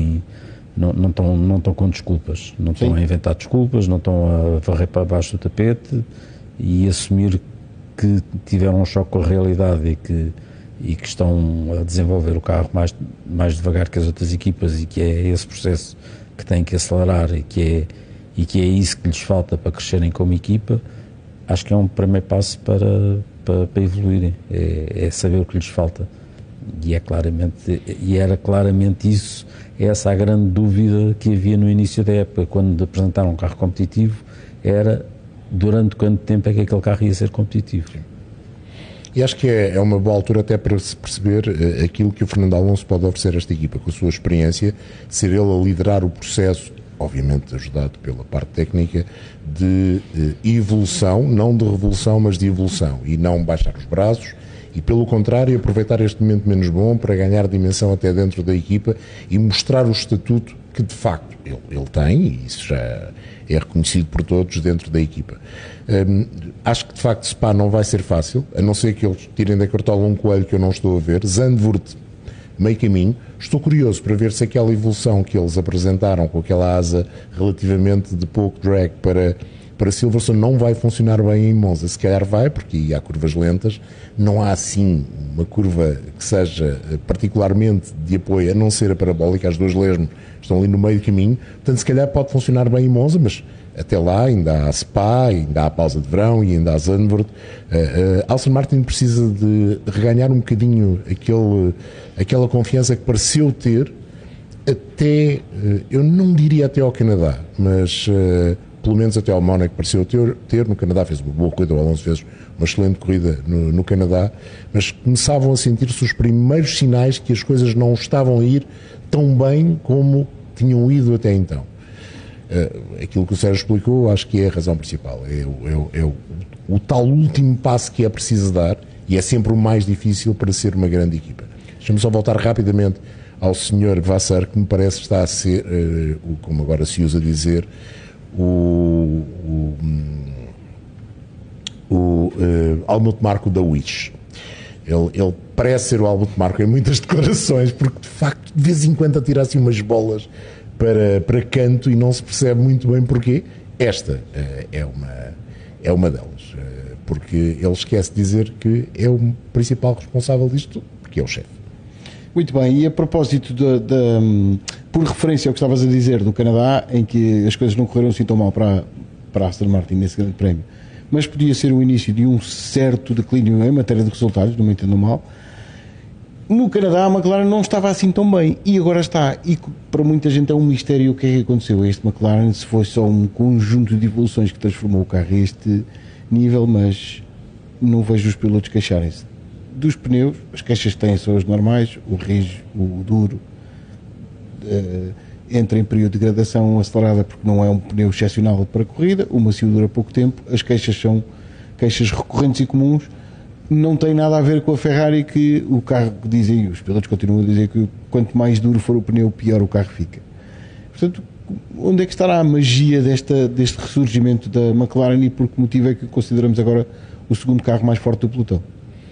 estão com desculpas, não estão a inventar desculpas, não estão a varrer para baixo do tapete e assumir que tiveram um choque com a realidade e que estão a desenvolver o carro mais devagar que as outras equipas, e que é esse processo que têm que acelerar e que é isso que lhes falta para crescerem como equipa. Acho que é um primeiro passo para evoluírem, é saber o que lhes falta, e era claramente isso, essa a grande dúvida que havia no início da época, quando apresentaram um carro competitivo, era durante quanto tempo é que aquele carro ia ser competitivo. E acho que é uma boa altura até para se perceber aquilo que o Fernando Alonso pode oferecer a esta equipa, com a sua experiência, ser ele a liderar o processo, obviamente ajudado pela parte técnica, de evolução, não de revolução, mas de evolução, e não baixar os braços, e pelo contrário aproveitar este momento menos bom para ganhar dimensão até dentro da equipa e mostrar o estatuto que de facto ele tem, e isso já é reconhecido por todos dentro da equipa. Acho que de facto Spa não vai ser fácil, a não ser que eles tirem da cartola um coelho que eu não estou a ver. Zandvoort, meio caminho. Estou curioso para ver se aquela evolução que eles apresentaram com aquela asa relativamente de pouco drag para Silverstone não vai funcionar bem em Monza. Se calhar vai, porque há curvas lentas, não há assim uma curva que seja particularmente de apoio, a não ser a parabólica. As duas lesmas estão ali no meio do caminho, portanto se calhar pode funcionar bem em Monza, mas até lá ainda há Spa, ainda há a pausa de verão e ainda há Zandvoort. Aston Martin precisa de reganhar um bocadinho aquela confiança que pareceu ter até, eu não diria até ao Canadá, mas pelo menos até ao Mónaco pareceu ter. No Canadá fez uma boa corrida, o Alonso fez uma excelente corrida no Canadá, mas começavam a sentir-se os primeiros sinais que as coisas não estavam a ir tão bem como tinham ido até então. Aquilo que o Sérgio explicou, acho que é a razão principal, é o tal último passo que é preciso dar, e é sempre o mais difícil para ser uma grande equipa. Deixa-me só voltar rapidamente ao Sr. Vassar, que me parece que está a ser, como agora se usa dizer, o Helmut Marko da Wish. Ele parece ser o Helmut Marko em muitas declarações, porque de facto de vez em quando atira assim umas bolas para canto e não se percebe muito bem porquê. Esta é uma delas, porque ele esquece de dizer que é o principal responsável disto, porque é o chefe. Muito bem, e a propósito por referência ao que estavas a dizer do Canadá, em que as coisas não correram assim tão mal para a Aston Martin nesse grande prémio, mas podia ser o início de um certo declínio em matéria de resultados, não me entendo mal. No Canadá a McLaren não estava assim tão bem, e agora está, e para muita gente é um mistério o que é que aconteceu a este McLaren, se foi só um conjunto de evoluções que transformou o carro a este nível, mas não vejo os pilotos queixarem-se. Dos pneus, as queixas que têm são as normais, o rijo, o duro, entra em período de degradação acelerada porque não é um pneu excepcional para a corrida, o macio dura pouco tempo, as queixas são queixas recorrentes e comuns, não tem nada a ver com a Ferrari, que o carro, dizem, os pilotos continuam a dizer que quanto mais duro for o pneu, pior o carro fica. Portanto, onde é que estará a magia deste ressurgimento da McLaren e por que motivo é que consideramos agora o segundo carro mais forte do pelotão?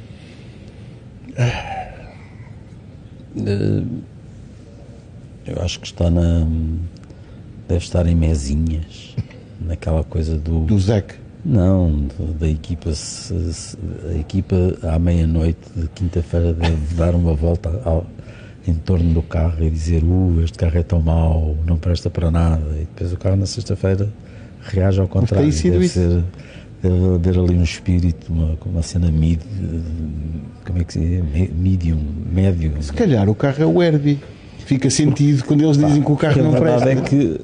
Eu acho que deve estar em mesinhas, naquela coisa Do Zec. Não, da equipa. A equipa à meia-noite de quinta-feira deve dar uma volta em torno do carro e dizer: este carro é tão mau, não presta para nada. E depois o carro na sexta-feira reage ao contrário. Mas tem sido isso. Deve haver ali um espírito, uma cena como é que se diz? Médio. Se calhar o carro é o Herbie. Fica sentido quando eles dizem que o carro não presta. A verdade é que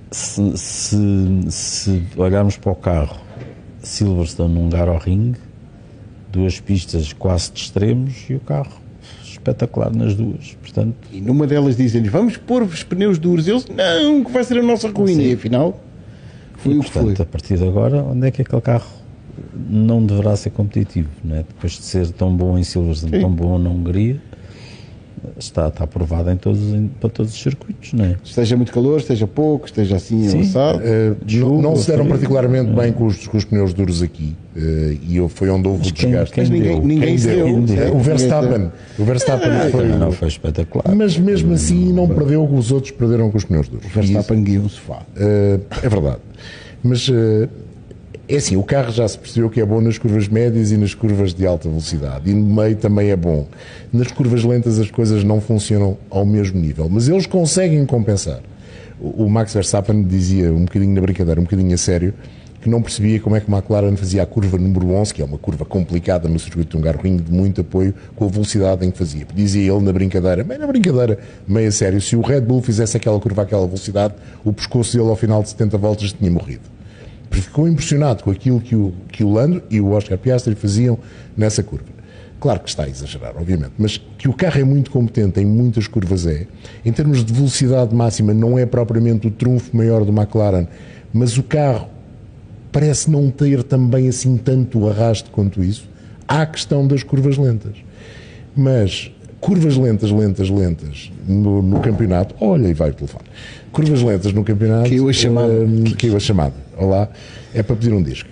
se olharmos para o carro Silverstone num Hungaroring, 2 pistas quase de extremos e o carro espetacular nas duas, portanto... E numa delas dizem-lhes: vamos pôr os pneus duros. Eles: não, que vai ser a nossa ruína. E afinal foi o que foi. A partir de agora, onde é que aquele carro não deverá ser competitivo, não é? Depois de ser tão bom em Silverstone, tão bom na Hungria, está aprovado para todos os circuitos, não é? Esteja muito calor, esteja pouco, esteja assim avançado. Não se deram particularmente bem com os pneus duros aqui, e foi onde houve o desgaste. Mas ninguém se deu. O Verstappen não foi espetacular. Mas mesmo assim não perdeu, os outros perderam com os pneus duros. O Verstappen guiou um sofá. É verdade. Mas é assim, o carro já se percebeu que é bom nas curvas médias e nas curvas de alta velocidade, e no meio também é bom. Nas curvas lentas as coisas não funcionam ao mesmo nível, mas eles conseguem compensar. O Max Verstappen dizia, um bocadinho na brincadeira, um bocadinho a sério, que não percebia como é que a McLaren fazia a curva número 11, que é uma curva complicada no circuito de Hungaroring, de muito apoio, com a velocidade em que fazia. Dizia ele na brincadeira, meio a sério, se o Red Bull fizesse aquela curva àquela velocidade, o pescoço dele ao final de 70 voltas tinha morrido. Ficou impressionado com aquilo que o Lando e o Oscar Piastri faziam nessa curva. Claro que está a exagerar, obviamente, mas que o carro é muito competente em muitas curvas em termos de velocidade máxima, não é propriamente o trunfo maior do McLaren, mas o carro parece não ter também assim tanto arrasto quanto isso. Há a questão das curvas lentas, mas curvas lentas no campeonato, olha, e vai o telefone. Curvas lentas no campeonato. Caiu a chamada. Olá, é para pedir um disco.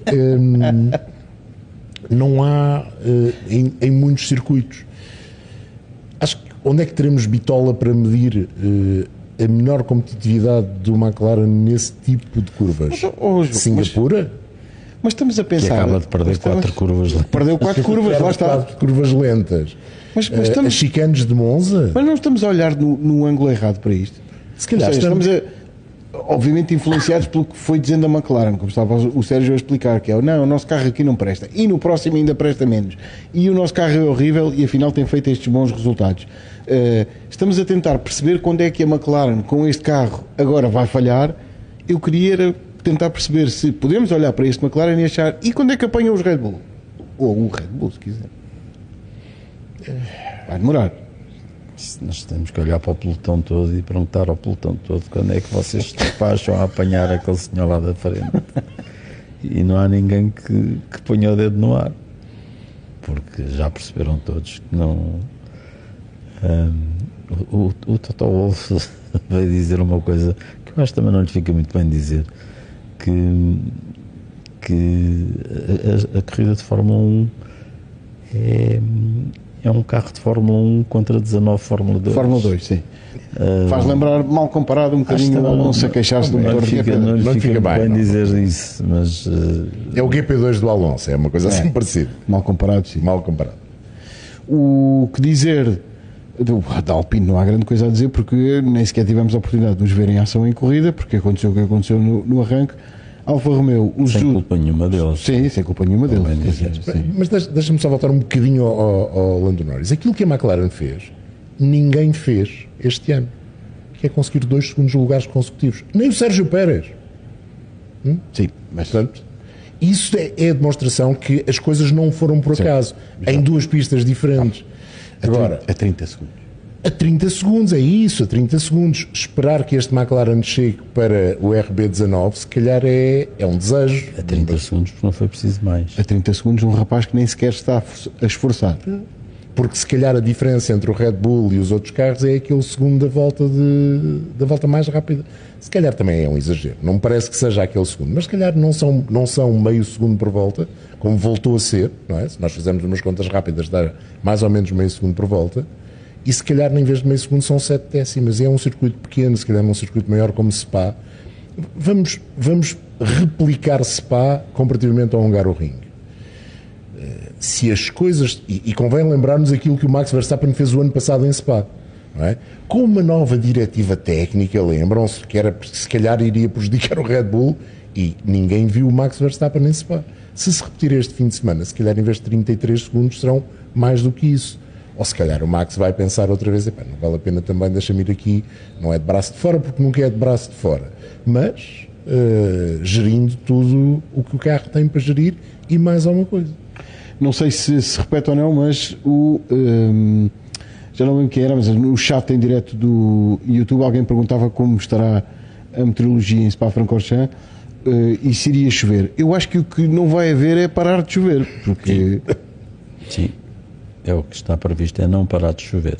Não há em muitos circuitos. Acho que onde é que teremos bitola para medir a menor competitividade do McLaren nesse tipo de curvas? Singapura? Mas estamos a pensar. Que acaba de perder 4 curvas. Perdeu 4 curvas, lá está. 4 curvas lentas. Mas estamos... As chicanes de Monza? Mas não estamos a olhar no ângulo errado para isto. Se calhar estamos obviamente influenciados pelo que foi dizendo a McLaren, como estava o Sérgio a explicar, que é: não, o nosso carro aqui não presta, e no próximo ainda presta menos, e o nosso carro é horrível e afinal tem feito estes bons resultados. Estamos a tentar perceber quando é que a McLaren com este carro agora vai falhar. Eu queria tentar perceber se podemos olhar para este McLaren e achar: e quando é que apanham os Red Bull? Ou o Red Bull, se quiser. Vai demorar. Nós temos que olhar para o pelotão todo e perguntar ao pelotão todo quando é que vocês despacham a apanhar aquele senhor lá da frente. E não há ninguém que ponha o dedo no ar, porque já perceberam todos que não. O Toto Wolff veio dizer uma coisa que eu acho que também não lhe fica muito bem dizer, que a corrida de Fórmula 1 é um carro de Fórmula 1 contra 19 Fórmula 2. Fórmula 2, sim. Faz lembrar, mal comparado, um bocadinho o Alonso a queixar-se do motor de GP2. Não fica bem dizer isso, mas... É o GP2 do Alonso, é uma coisa assim parecida. Mal comparado, sim. Mal comparado. O que dizer da Alpine, não há grande coisa a dizer, porque nem sequer tivemos a oportunidade de os ver em ação em corrida, porque aconteceu o que aconteceu no arranque. Alfa Romeo, sem culpa nenhuma deles. Sim, sem culpa nenhuma deles. Mas deixa-me só voltar um bocadinho ao Lando Norris. Aquilo que a McLaren fez, ninguém fez este ano, que é conseguir 2 segundos lugares consecutivos. Nem o Sérgio Pérez. Sim, mas portanto, isso é a demonstração que as coisas não foram por acaso, em 2 pistas diferentes. Agora, a 30 segundos. A 30 segundos, é isso, a 30 segundos. Esperar que este McLaren chegue para o RB19, se calhar é um desejo. A 30 segundos, porque não foi preciso mais. A 30 segundos um rapaz que nem sequer está a esforçar. Porque se calhar a diferença entre o Red Bull e os outros carros é aquele segundo da volta mais rápida. Se calhar também é um exagero. Não me parece que seja aquele segundo, mas se calhar não são meio segundo por volta, como voltou a ser, não é? Se nós fizermos umas contas rápidas, dá mais ou menos meio segundo por volta. E se calhar, em vez de meio segundo, são 7 décimas. E é um circuito pequeno, se calhar é um circuito maior como Spa. Vamos replicar Spa comparativamente ao Hungaroring. Se as coisas... E convém lembrarmos aquilo que o Max Verstappen fez o ano passado em Spa. Não é? Com uma nova diretiva técnica, lembram-se que se calhar iria prejudicar o Red Bull e ninguém viu o Max Verstappen em Spa. Se repetir este fim de semana, se calhar em vez de 33 segundos serão mais do que isso. Ou se calhar o Max vai pensar outra vez, não vale a pena também, deixa-me ir aqui, não é de braço de fora, porque nunca é de braço de fora, mas gerindo tudo o que o carro tem para gerir e mais alguma coisa. Não sei se repete ou não, mas já não lembro quem era, mas no chat em direto do YouTube alguém perguntava como estará a meteorologia em Spa-Francorchamps e se iria chover. Eu acho que o que não vai haver é parar de chover, porque... Sim. É o que está previsto, é não parar de chover.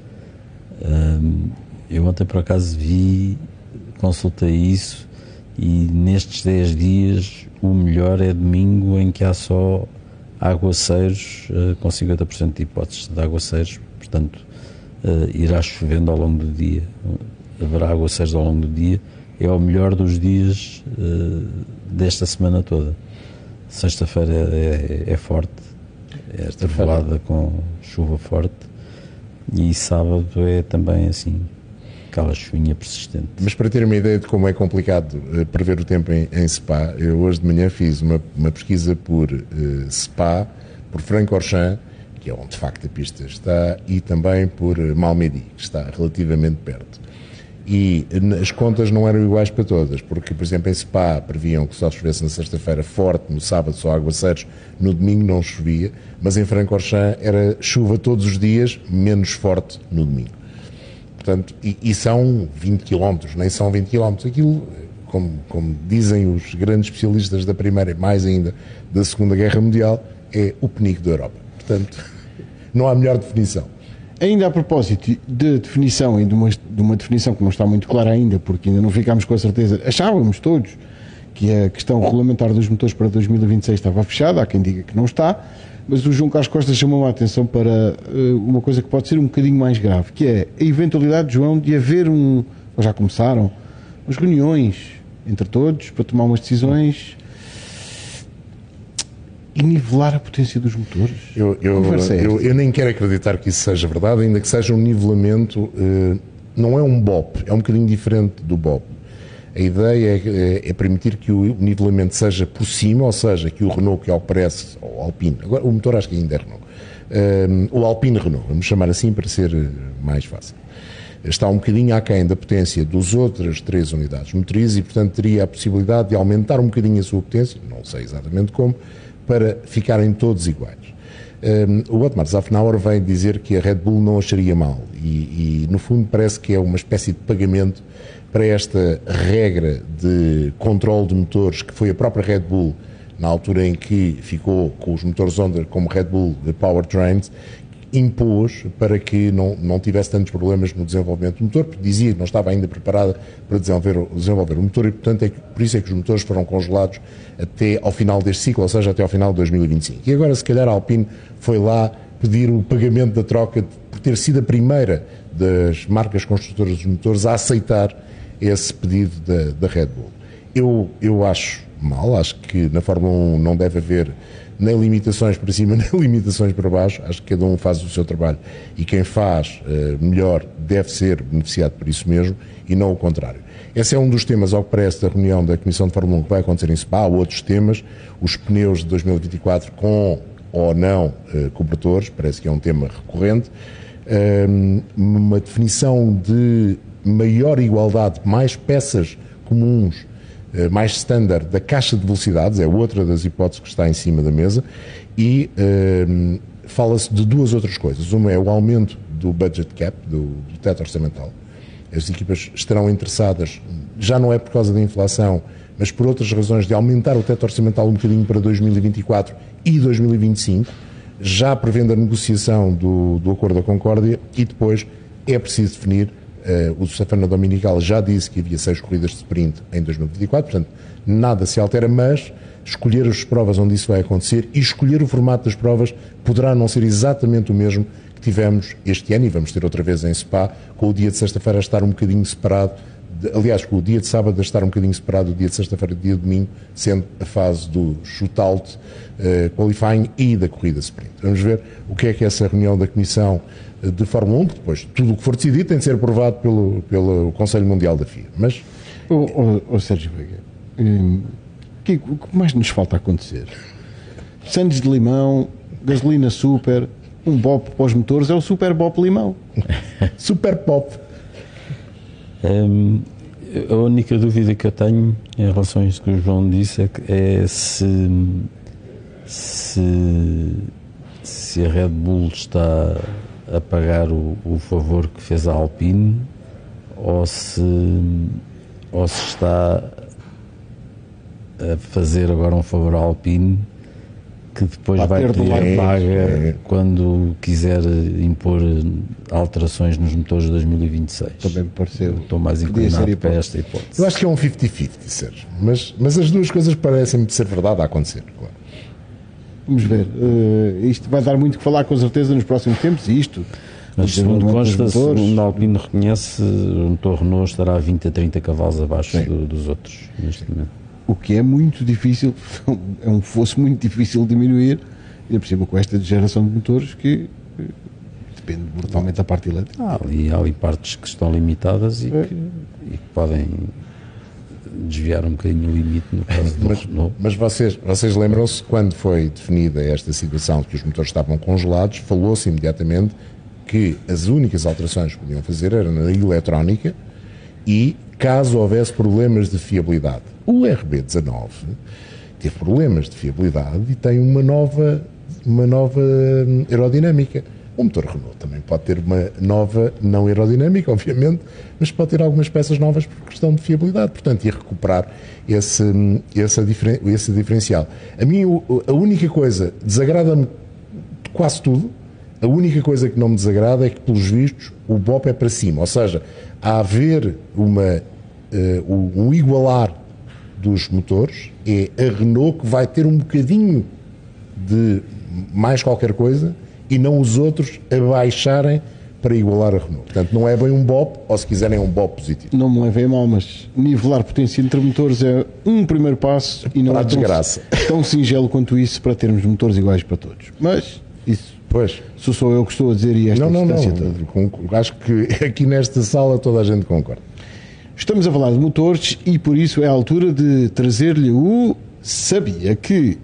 Eu ontem por acaso consultei isso e nestes 10 dias o melhor é domingo, em que há só aguaceiros, com 50% de hipóteses de aguaceiros, portanto irá chovendo ao longo do dia, haverá aguaceiros ao longo do dia, é o melhor dos dias desta semana toda. Sexta-feira é forte, esta trovoada com chuva forte, e sábado é também assim, aquela chuvinha persistente. Mas para ter uma ideia de como é complicado prever o tempo em Spa, eu hoje de manhã fiz uma pesquisa por Spa, por Francorchamps, que é onde de facto a pista está, e também por Malmedy, que está relativamente perto. E as contas não eram iguais para todas, porque, por exemplo, em Spa previam que só chovesse na sexta-feira forte, no sábado só aguaceiros, no domingo não chovia, mas em Francorchamps era chuva todos os dias, menos forte no domingo. Portanto, e são 20 km, nem são 20 km. Aquilo, como dizem os grandes especialistas da Primeira e mais ainda da Segunda Guerra Mundial, é o penico da Europa. Portanto, não há melhor definição. Ainda a propósito de definição e de uma definição que não está muito clara ainda, porque ainda não ficámos com a certeza, achávamos todos que a questão regulamentar dos motores para 2026 estava fechada, há quem diga que não está, mas o João Carlos Costa chamou a atenção para uma coisa que pode ser um bocadinho mais grave, que é a eventualidade, João, de haver ou já começaram, umas reuniões entre todos para tomar umas decisões e nivelar a potência dos motores. Eu nem quero acreditar que isso seja verdade, ainda que seja um nivelamento, não é um BOP, é um bocadinho diferente do BOP. A ideia é permitir que o nivelamento seja por cima, ou seja, que o Renault, que ao que parece, ou Alpine, agora o motor acho que ainda é Renault, o Alpine Renault, vamos chamar assim para ser mais fácil, está um bocadinho aquém da potência das outras 3 unidades motrizes e, portanto, teria a possibilidade de aumentar um bocadinho a sua potência, não sei exatamente como, para ficarem todos iguais. O Otmar Zafnauer vem dizer que a Red Bull não acharia mal e, no fundo, parece que é uma espécie de pagamento para esta regra de controle de motores que foi a própria Red Bull, na altura em que ficou com os motores Honda como Red Bull Powertrains, impôs para que não tivesse tantos problemas no desenvolvimento do motor, porque dizia que não estava ainda preparada para desenvolver o motor e, portanto, por isso é que os motores foram congelados até ao final deste ciclo, ou seja, até ao final de 2025. E agora, se calhar, a Alpine foi lá pedir o pagamento da troca por ter sido a primeira das marcas construtoras dos motores a aceitar esse pedido da Red Bull. Eu acho mal, acho que na Fórmula 1 não deve haver nem limitações para cima, nem limitações para baixo. Acho que cada um faz o seu trabalho e quem faz melhor deve ser beneficiado por isso mesmo e não o contrário. Esse é um dos temas, ao que parece, da reunião da Comissão de Fórmula 1 que vai acontecer em Spa. Há outros temas, os pneus de 2024 com ou não cobertores, parece que é um tema recorrente. Uma definição de maior igualdade, mais peças comuns, mais standard da caixa de velocidades, é outra das hipóteses que está em cima da mesa, e fala-se de 2 outras coisas. Uma é o aumento do budget cap, do teto orçamental. As equipas estarão interessadas, já não é por causa da inflação, mas por outras razões, de aumentar o teto orçamental um bocadinho para 2024 e 2025, já prevendo a negociação do Acordo da Concórdia, e depois é preciso definir, o Stefano Dominical já disse que havia 6 corridas de sprint em 2024, portanto nada se altera, mas escolher as provas onde isso vai acontecer e escolher o formato das provas poderá não ser exatamente o mesmo que tivemos este ano, e vamos ter outra vez em Spa, com o dia de sexta-feira a estar um bocadinho separado, aliás, com o dia de sábado a estar um bocadinho separado do dia de sexta-feira e do dia de domingo, sendo a fase do shootout, qualifying e da corrida sprint. Vamos ver o que é que essa reunião da Comissão de Fórmula 1, que depois tudo o que for decidido tem de ser aprovado pelo Conselho Mundial da FIA. Mas... Sérgio Veiga, o que mais nos falta acontecer? Sandes de limão, gasolina super, um bop para os motores, é o super bop limão. Super pop. A única dúvida que eu tenho em relação a isto que o João disse é se a Red Bull está a pagar o favor que fez a Alpine ou se está a fazer agora um favor à Alpine que depois vai ter paga quando quiser impor alterações nos motores de 2026. Também me pareceu. Estou mais inclinado para esta hipótese. Eu acho que é um 50-50, Sérgio. Mas as duas coisas parecem ser verdade a acontecer, claro. Vamos ver. Isto vai dar muito que falar, com certeza, nos próximos tempos. E isto. Mas segundo consta, segundo a Alpine reconhece, o motor Renault estará a 20 a 30 cavalos abaixo dos outros neste momento. O que é muito difícil, é um fosso muito difícil de diminuir, e é possível com esta geração de motores que depende brutalmente da parte elétrica. Há ali partes que estão limitadas e que podem desviar um bocadinho o limite no caso do Renault. Mas vocês lembram-se, quando foi definida esta situação que os motores estavam congelados, falou-se imediatamente que as únicas alterações que podiam fazer eram na eletrónica e caso houvesse problemas de fiabilidade. O RB19 teve problemas de fiabilidade e tem uma nova aerodinâmica. O motor Renault também pode ter uma nova, não aerodinâmica, obviamente, mas pode ter algumas peças novas por questão de fiabilidade. Portanto, ia recuperar esse diferencial. A mim, a única coisa, desagrada-me quase tudo. A única coisa que não me desagrada é que, pelos vistos, o BOP é para cima. Ou seja, a haver um igualar dos motores, é a Renault que vai ter um bocadinho de mais qualquer coisa e não os outros abaixarem para igualar a Renault. Portanto, não é bem um BOP, ou se quiserem é um BOP positivo. Não me levem a mal, mas nivelar potência entre motores é um primeiro passo e não é tão singelo quanto isso para termos motores iguais para todos. Mas isso, pois, sou eu que estou a dizer e esta distância toda. Acho que aqui nesta sala toda a gente concorda. Estamos a falar de motores e por isso é a altura de trazer-lhe o Sabia Que.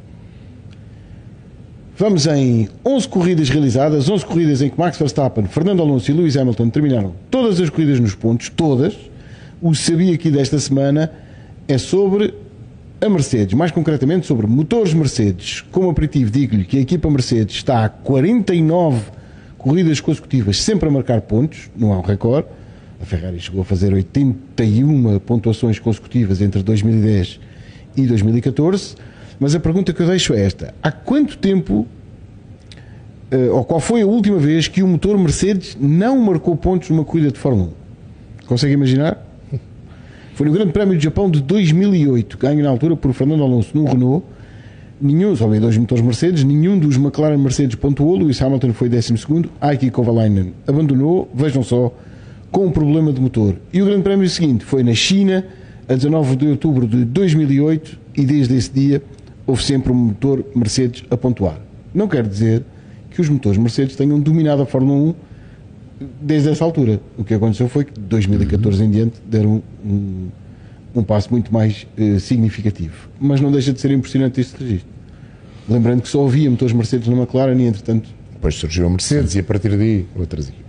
Vamos em 11 corridas realizadas, 11 corridas em que Max Verstappen, Fernando Alonso e Lewis Hamilton terminaram todas as corridas nos pontos, todas. O Sabia Que desta semana é sobre a Mercedes, mais concretamente sobre motores Mercedes. Como aperitivo, digo-lhe que a equipa Mercedes está a 49 corridas consecutivas sempre a marcar pontos, não é um recorde. A Ferrari chegou a fazer 81 pontuações consecutivas entre 2010 e 2014, mas a pergunta que eu deixo é esta: há quanto tempo, ou qual foi a última vez que o motor Mercedes não marcou pontos numa corrida de Fórmula 1? Consegue imaginar? Foi no Grande Prémio do Japão de 2008, ganho na altura por Fernando Alonso no Renault. Só havia 2 motores Mercedes, nenhum dos McLaren Mercedes pontuou, Lewis Hamilton foi 12º, Heikki Kovalainen abandonou, vejam só, com um problema de motor. E o Grande Prémio seguinte foi na China, a 19 de outubro de 2008, e desde esse dia houve sempre um motor Mercedes a pontuar. Não quer dizer que os motores Mercedes tenham dominado a Fórmula 1 desde essa altura. O que aconteceu foi que de 2014 em diante deram um passo muito mais significativo. Mas não deixa de ser impressionante este registro. Lembrando que só havia motores Mercedes na McLaren e, entretanto... Depois surgiu a Mercedes e a partir daí outras equipas.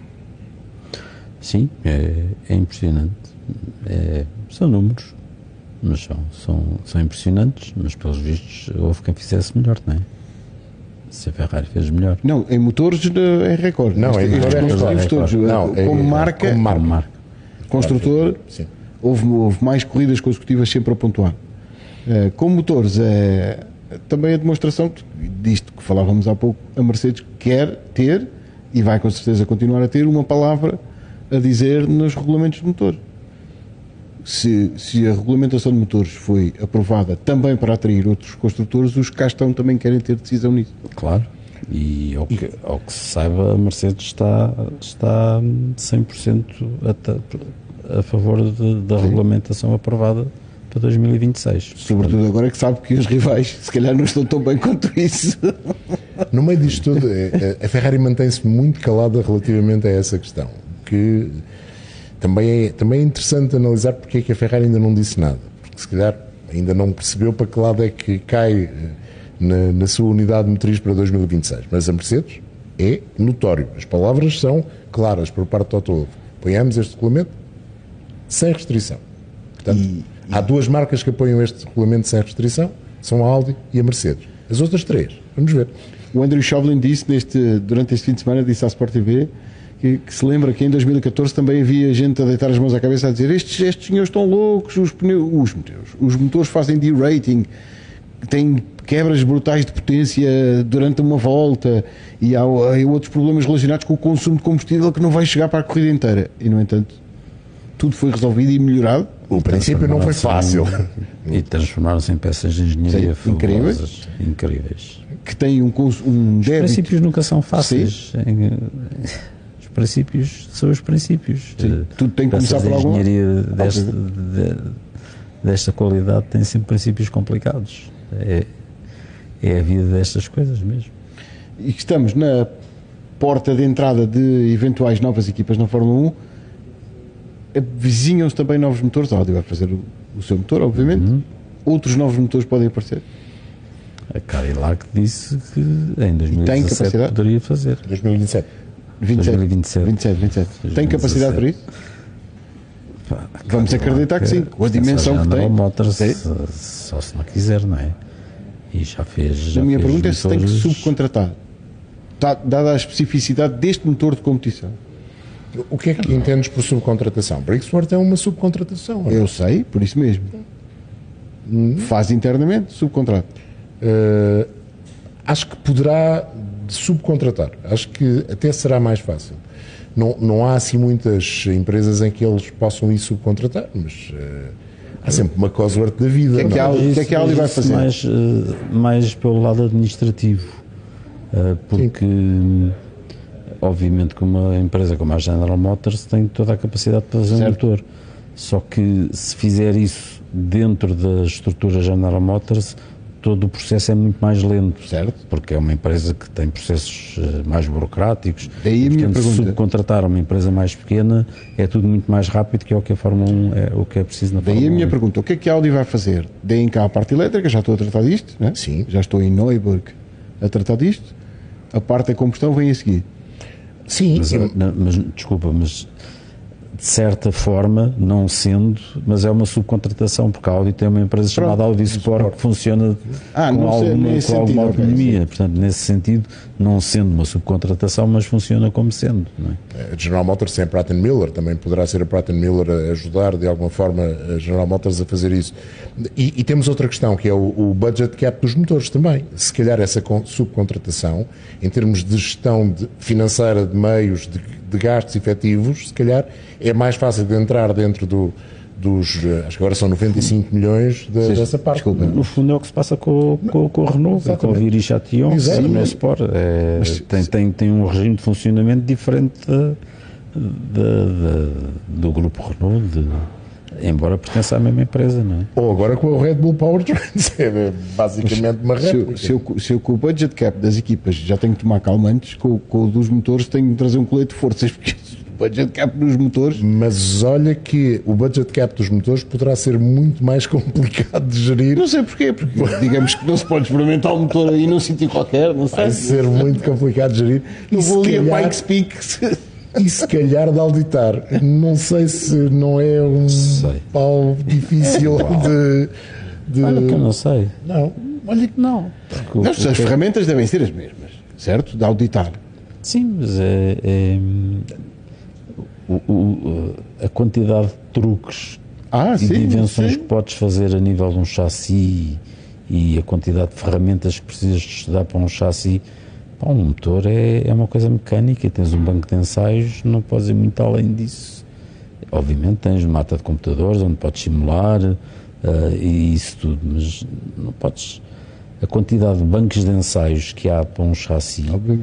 Sim, é impressionante. São números, mas são impressionantes, mas pelos vistos houve quem fizesse melhor, não é? Se a Ferrari fez melhor. Não, em motores é recorde. Não, em motor é construtores todos. Não, Como marca, Como marca. construtor, Sim. houve mais corridas consecutivas sempre a pontuar. Com motores, também a demonstração disto que falávamos há pouco, a Mercedes quer ter, e vai com certeza continuar a ter, uma palavra a dizer nos regulamentos de motor. Se a regulamentação de motores foi aprovada também para atrair outros construtores, os que cá estão também querem ter decisão nisso. Claro. E ao que se saiba, a Mercedes está 100% a favor da regulamentação aprovada para 2026. Sobretudo agora que sabe que os rivais se calhar não estão tão bem quanto isso. No meio disto tudo, a Ferrari mantém-se muito calada relativamente a essa questão, que também é interessante analisar porque é que a Ferrari ainda não disse nada, porque se calhar ainda não percebeu para que lado é que cai na sua unidade motriz para 2026, mas a Mercedes é notório, as palavras são claras por parte do Toto Wolff: apoiamos este regulamento sem restrição. Portanto, há duas marcas que apoiam este regulamento sem restrição, são a Audi e a Mercedes. As outras três, vamos ver. O Andrew Chauvelin disse durante este fim de semana, disse à Sport TV que se lembra que em 2014 também havia gente a deitar as mãos à cabeça a dizer estes senhores estão loucos, os motores fazem derating, têm quebras brutais de potência durante uma volta e há outros problemas relacionados com o consumo de combustível que não vai chegar para a corrida inteira. E no entanto tudo foi resolvido e melhorado. O princípio não foi fácil. E transformaram-se em peças de engenharia Sim, incríveis. Que têm um Os débito. princípios nunca são fáceis. Os princípios são os princípios. Sim, tudo tem que Peças começar por de algum engenharia desta qualidade têm sempre princípios complicados. É a vida destas coisas mesmo. E que estamos na porta de entrada de eventuais novas equipas na Fórmula 1. Vizinham-se também novos motores. A Audi vai fazer o seu motor, obviamente. Outros novos motores podem aparecer. A Cadillac disse que em 2017 poderia fazer. 2027. 27. Tem capacidade para isso? Vamos acreditar que sim, com a dimensão que tem. Motors, só se não quiser, não é? E já fez. A minha pergunta é se tem que subcontratar, dada a especificidade deste motor de competição. O que é que entendes por subcontratação? Brixworth é uma subcontratação. Não é? Eu sei, por isso mesmo. Faz internamente, subcontrata. Acho que poderá subcontratar. Acho que até será mais fácil. Não há assim muitas empresas em que eles possam ir subcontratar, mas há sempre uma Cosworth da vida. O que é que a Audi vai fazer? Mais pelo lado administrativo, porque obviamente que uma empresa como a General Motors tem toda a capacidade para fazer um motor, só que se fizer isso dentro da estrutura General Motors, todo o processo é muito mais lento, certo? Porque é uma empresa que tem processos mais burocráticos. Daí a minha pergunta. Subcontratar uma empresa mais pequena é tudo muito mais rápido que é o que a Fórmula 1 o que é preciso na Fórmula 1. Daí a minha pergunta: o que é que a Audi vai fazer? Deem cá a parte elétrica, já estou a tratar disto, né? Sim. Já estou em Neuburg a tratar disto. A parte da combustão vem a seguir. Sim, mas desculpa, mas de certa forma, não sendo, mas é uma subcontratação, porque a Audi tem uma empresa chamada Audi Sport que funciona com alguma autonomia. Portanto, nesse sentido, não sendo uma subcontratação, mas funciona como sendo. Não é? A General Motors tem a Pratt & Miller, também poderá ser a Pratt & Miller a ajudar de alguma forma a General Motors a fazer isso. E temos outra questão, que é o budget cap dos motores também. Se calhar essa subcontratação, em termos de gestão financeira de meios, de gastos efetivos, se calhar é mais fácil de entrar dentro dos, acho que agora são 95 milhões dessa parte. Desculpa. No fundo é o que se passa com o Renault, com o Viry-Châtillon, o Renault Sport. Tem um regime de funcionamento diferente do grupo Renault, embora pertença à mesma empresa, não é? Ou agora com o Red Bull Powertrains, é basicamente uma réplica. Se eu com o budget cap das equipas já tenho que tomar calmantes, com o dos motores tenho que trazer um colete de forças, porque o budget cap dos motores... Mas olha que o budget cap dos motores poderá ser muito mais complicado de gerir. Não sei porquê, porque digamos que não se pode experimentar um motor aí num sítio qualquer, não sei. Vai ser muito complicado de gerir. Não vou ali a Mike's Peak... E se calhar de auditar. Não sei se não é um pau difícil de... Olha que eu não sei. Não. Olha que não. As ferramentas devem ser as mesmas. certo? De auditar. Sim, mas a quantidade de truques e de invenções que podes fazer a nível de um chassi e a quantidade de ferramentas que precisas de estudar para um chassi, para um motor é uma coisa mecânica, e tens um banco de ensaios, não podes ir muito além disso. Obviamente tens mata de computadores onde podes simular e isso tudo, mas não podes... A quantidade de bancos de ensaios que há para um chassi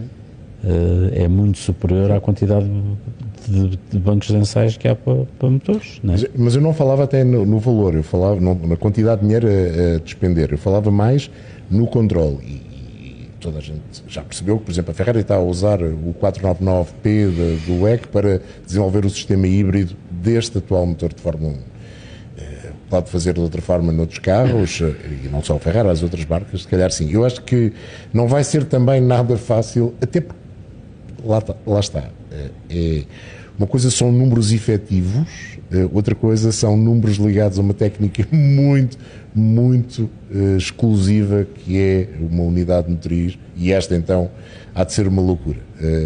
é muito superior à quantidade de bancos de ensaios que há para motores, não é? Mas eu não falava até no valor, eu falava na quantidade de dinheiro a despender, eu falava mais no controle. E toda a gente já percebeu que, por exemplo, a Ferrari está a usar o 499P do WEC para desenvolver o sistema híbrido deste atual motor de Fórmula 1. Pode fazer de outra forma noutros carros, e não só o Ferrari, as outras marcas, se calhar sim. Eu acho que não vai ser também nada fácil, até porque lá está. Uma coisa são números efetivos, outra coisa são números ligados a uma técnica muito, muito exclusiva, que é uma unidade motriz, e esta então há de ser uma loucura.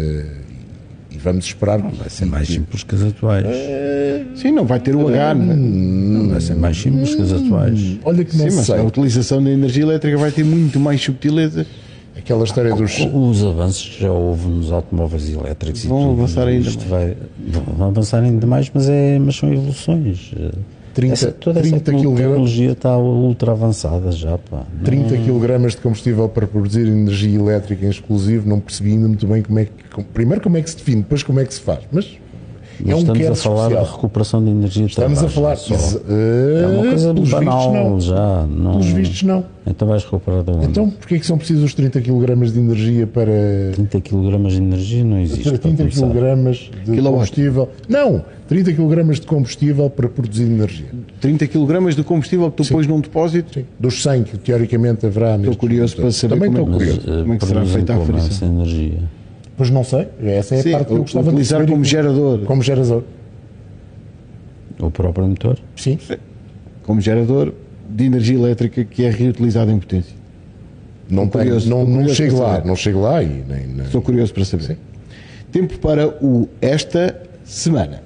E vamos esperar. Não vai ser mais simples que as atuais. Sim, não vai ter o H, não vai ser mais simples que as atuais. Olha que não mas sei. a utilização da energia elétrica vai ter muito mais subtilezas. Aquela história dos... Os avanços que já houve nos automóveis elétricos vão avançar ainda mais. Vão avançar ainda mais, mas são evoluções. 30 tecnologia está ultra avançada já, pá. 30 kg de combustível para produzir energia elétrica em exclusivo, não percebi ainda muito bem primeiro como é que se define, depois como é que se faz, mas é um estamos a falar especial. Da recuperação de energia. Estamos a falar é uma coisa banal já. Não, pelos vistos não. Então vais recuperar da onde? Então porquê é que são precisos os 30 kg de energia para... 30 kg de energia não existe. 30 kg de combustível. Não! 30 kg de combustível para produzir energia. 30 kg de combustível que tu pões num depósito? Sim. Dos 100 que teoricamente haverá... Estou curioso para saber como é que será feita a frição. Essa energia? Pois não sei. Essa é a parte que eu gostava de utilizar como gerador. Como gerador. O próprio motor? Sim. Como gerador de energia elétrica que é reutilizada em potência. Não chego lá e nem... Estou curioso para saber. Sim. Tempo para esta semana.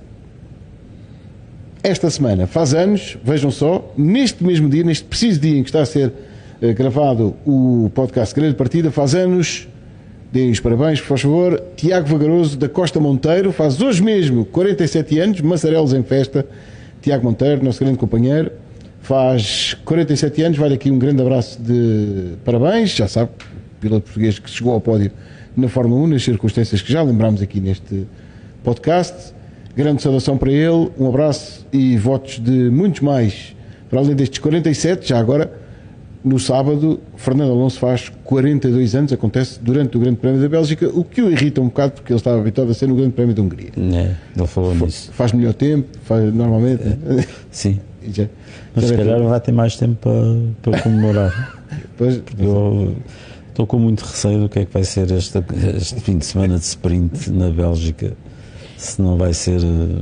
Esta semana faz anos, vejam só, neste mesmo dia, neste preciso dia em que está a ser gravado o podcast Grande Partida, faz anos, deem os parabéns, por favor, Tiago Vagaroso da Costa Monteiro, faz hoje mesmo 47 anos, Massarelos em festa. Tiago Monteiro, nosso grande companheiro, faz 47 anos, vai-lhe aqui um grande abraço de parabéns, já sabe, piloto português que chegou ao pódio na Fórmula 1, nas circunstâncias que já lembramos aqui neste podcast. Grande saudação para ele, um abraço e votos de muitos mais, para além destes 47, já agora, no sábado, Fernando Alonso faz 42 anos, acontece durante o Grande Prémio da Bélgica, o que o irrita um bocado, porque ele estava habituado a ser no Grande Prémio da Hungria. Ele falou nisso. Faz melhor tempo, faz normalmente. Sim. Mas se calhar vai ter mais tempo para comemorar. Pois, eu estou com muito receio do que é que vai ser este fim de semana de sprint na Bélgica. Se não vai ser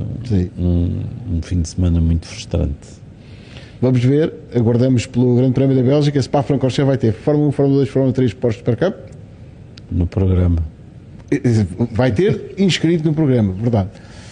um fim de semana muito frustrante. Vamos ver, aguardamos pelo Grande Prémio da Bélgica. Spa-Francorchamps vai ter Fórmula 1, Fórmula 2, Fórmula 3, Porsche Supercup. No programa. Vai ter inscrito no programa, verdade.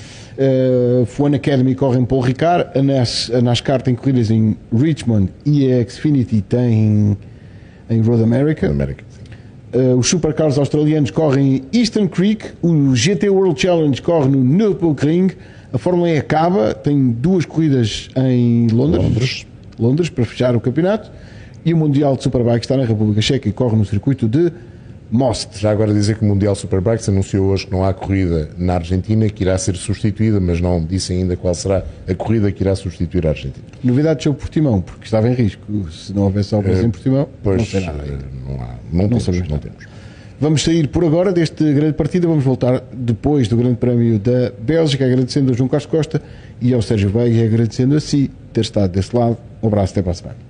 F1 Academy corre em Paul Ricard, a NASCAR tem corridas em Richmond e a Xfinity tem em Road America. Os supercars australianos correm em Eastern Creek, o GT World Challenge corre no Nürburgring, a Fórmula E acaba, tem 2 corridas em Londres para fechar o campeonato, e o Mundial de Superbike está na República Checa e corre no circuito de Most. Já agora dizer que o Mundial Superbikes anunciou hoje que não há corrida na Argentina, que irá ser substituída, mas não disse ainda qual será a corrida que irá substituir a Argentina. Novidades sobre Portimão, porque estava em risco. Se não houvesse obras em Portimão, não sei nada. Não temos. Vamos sair por agora deste grande partida, vamos voltar depois do Grande Prémio da Bélgica, agradecendo a João Carlos Costa e ao Sérgio Veiga, agradecendo a si ter estado deste lado. Um abraço, até para a semana.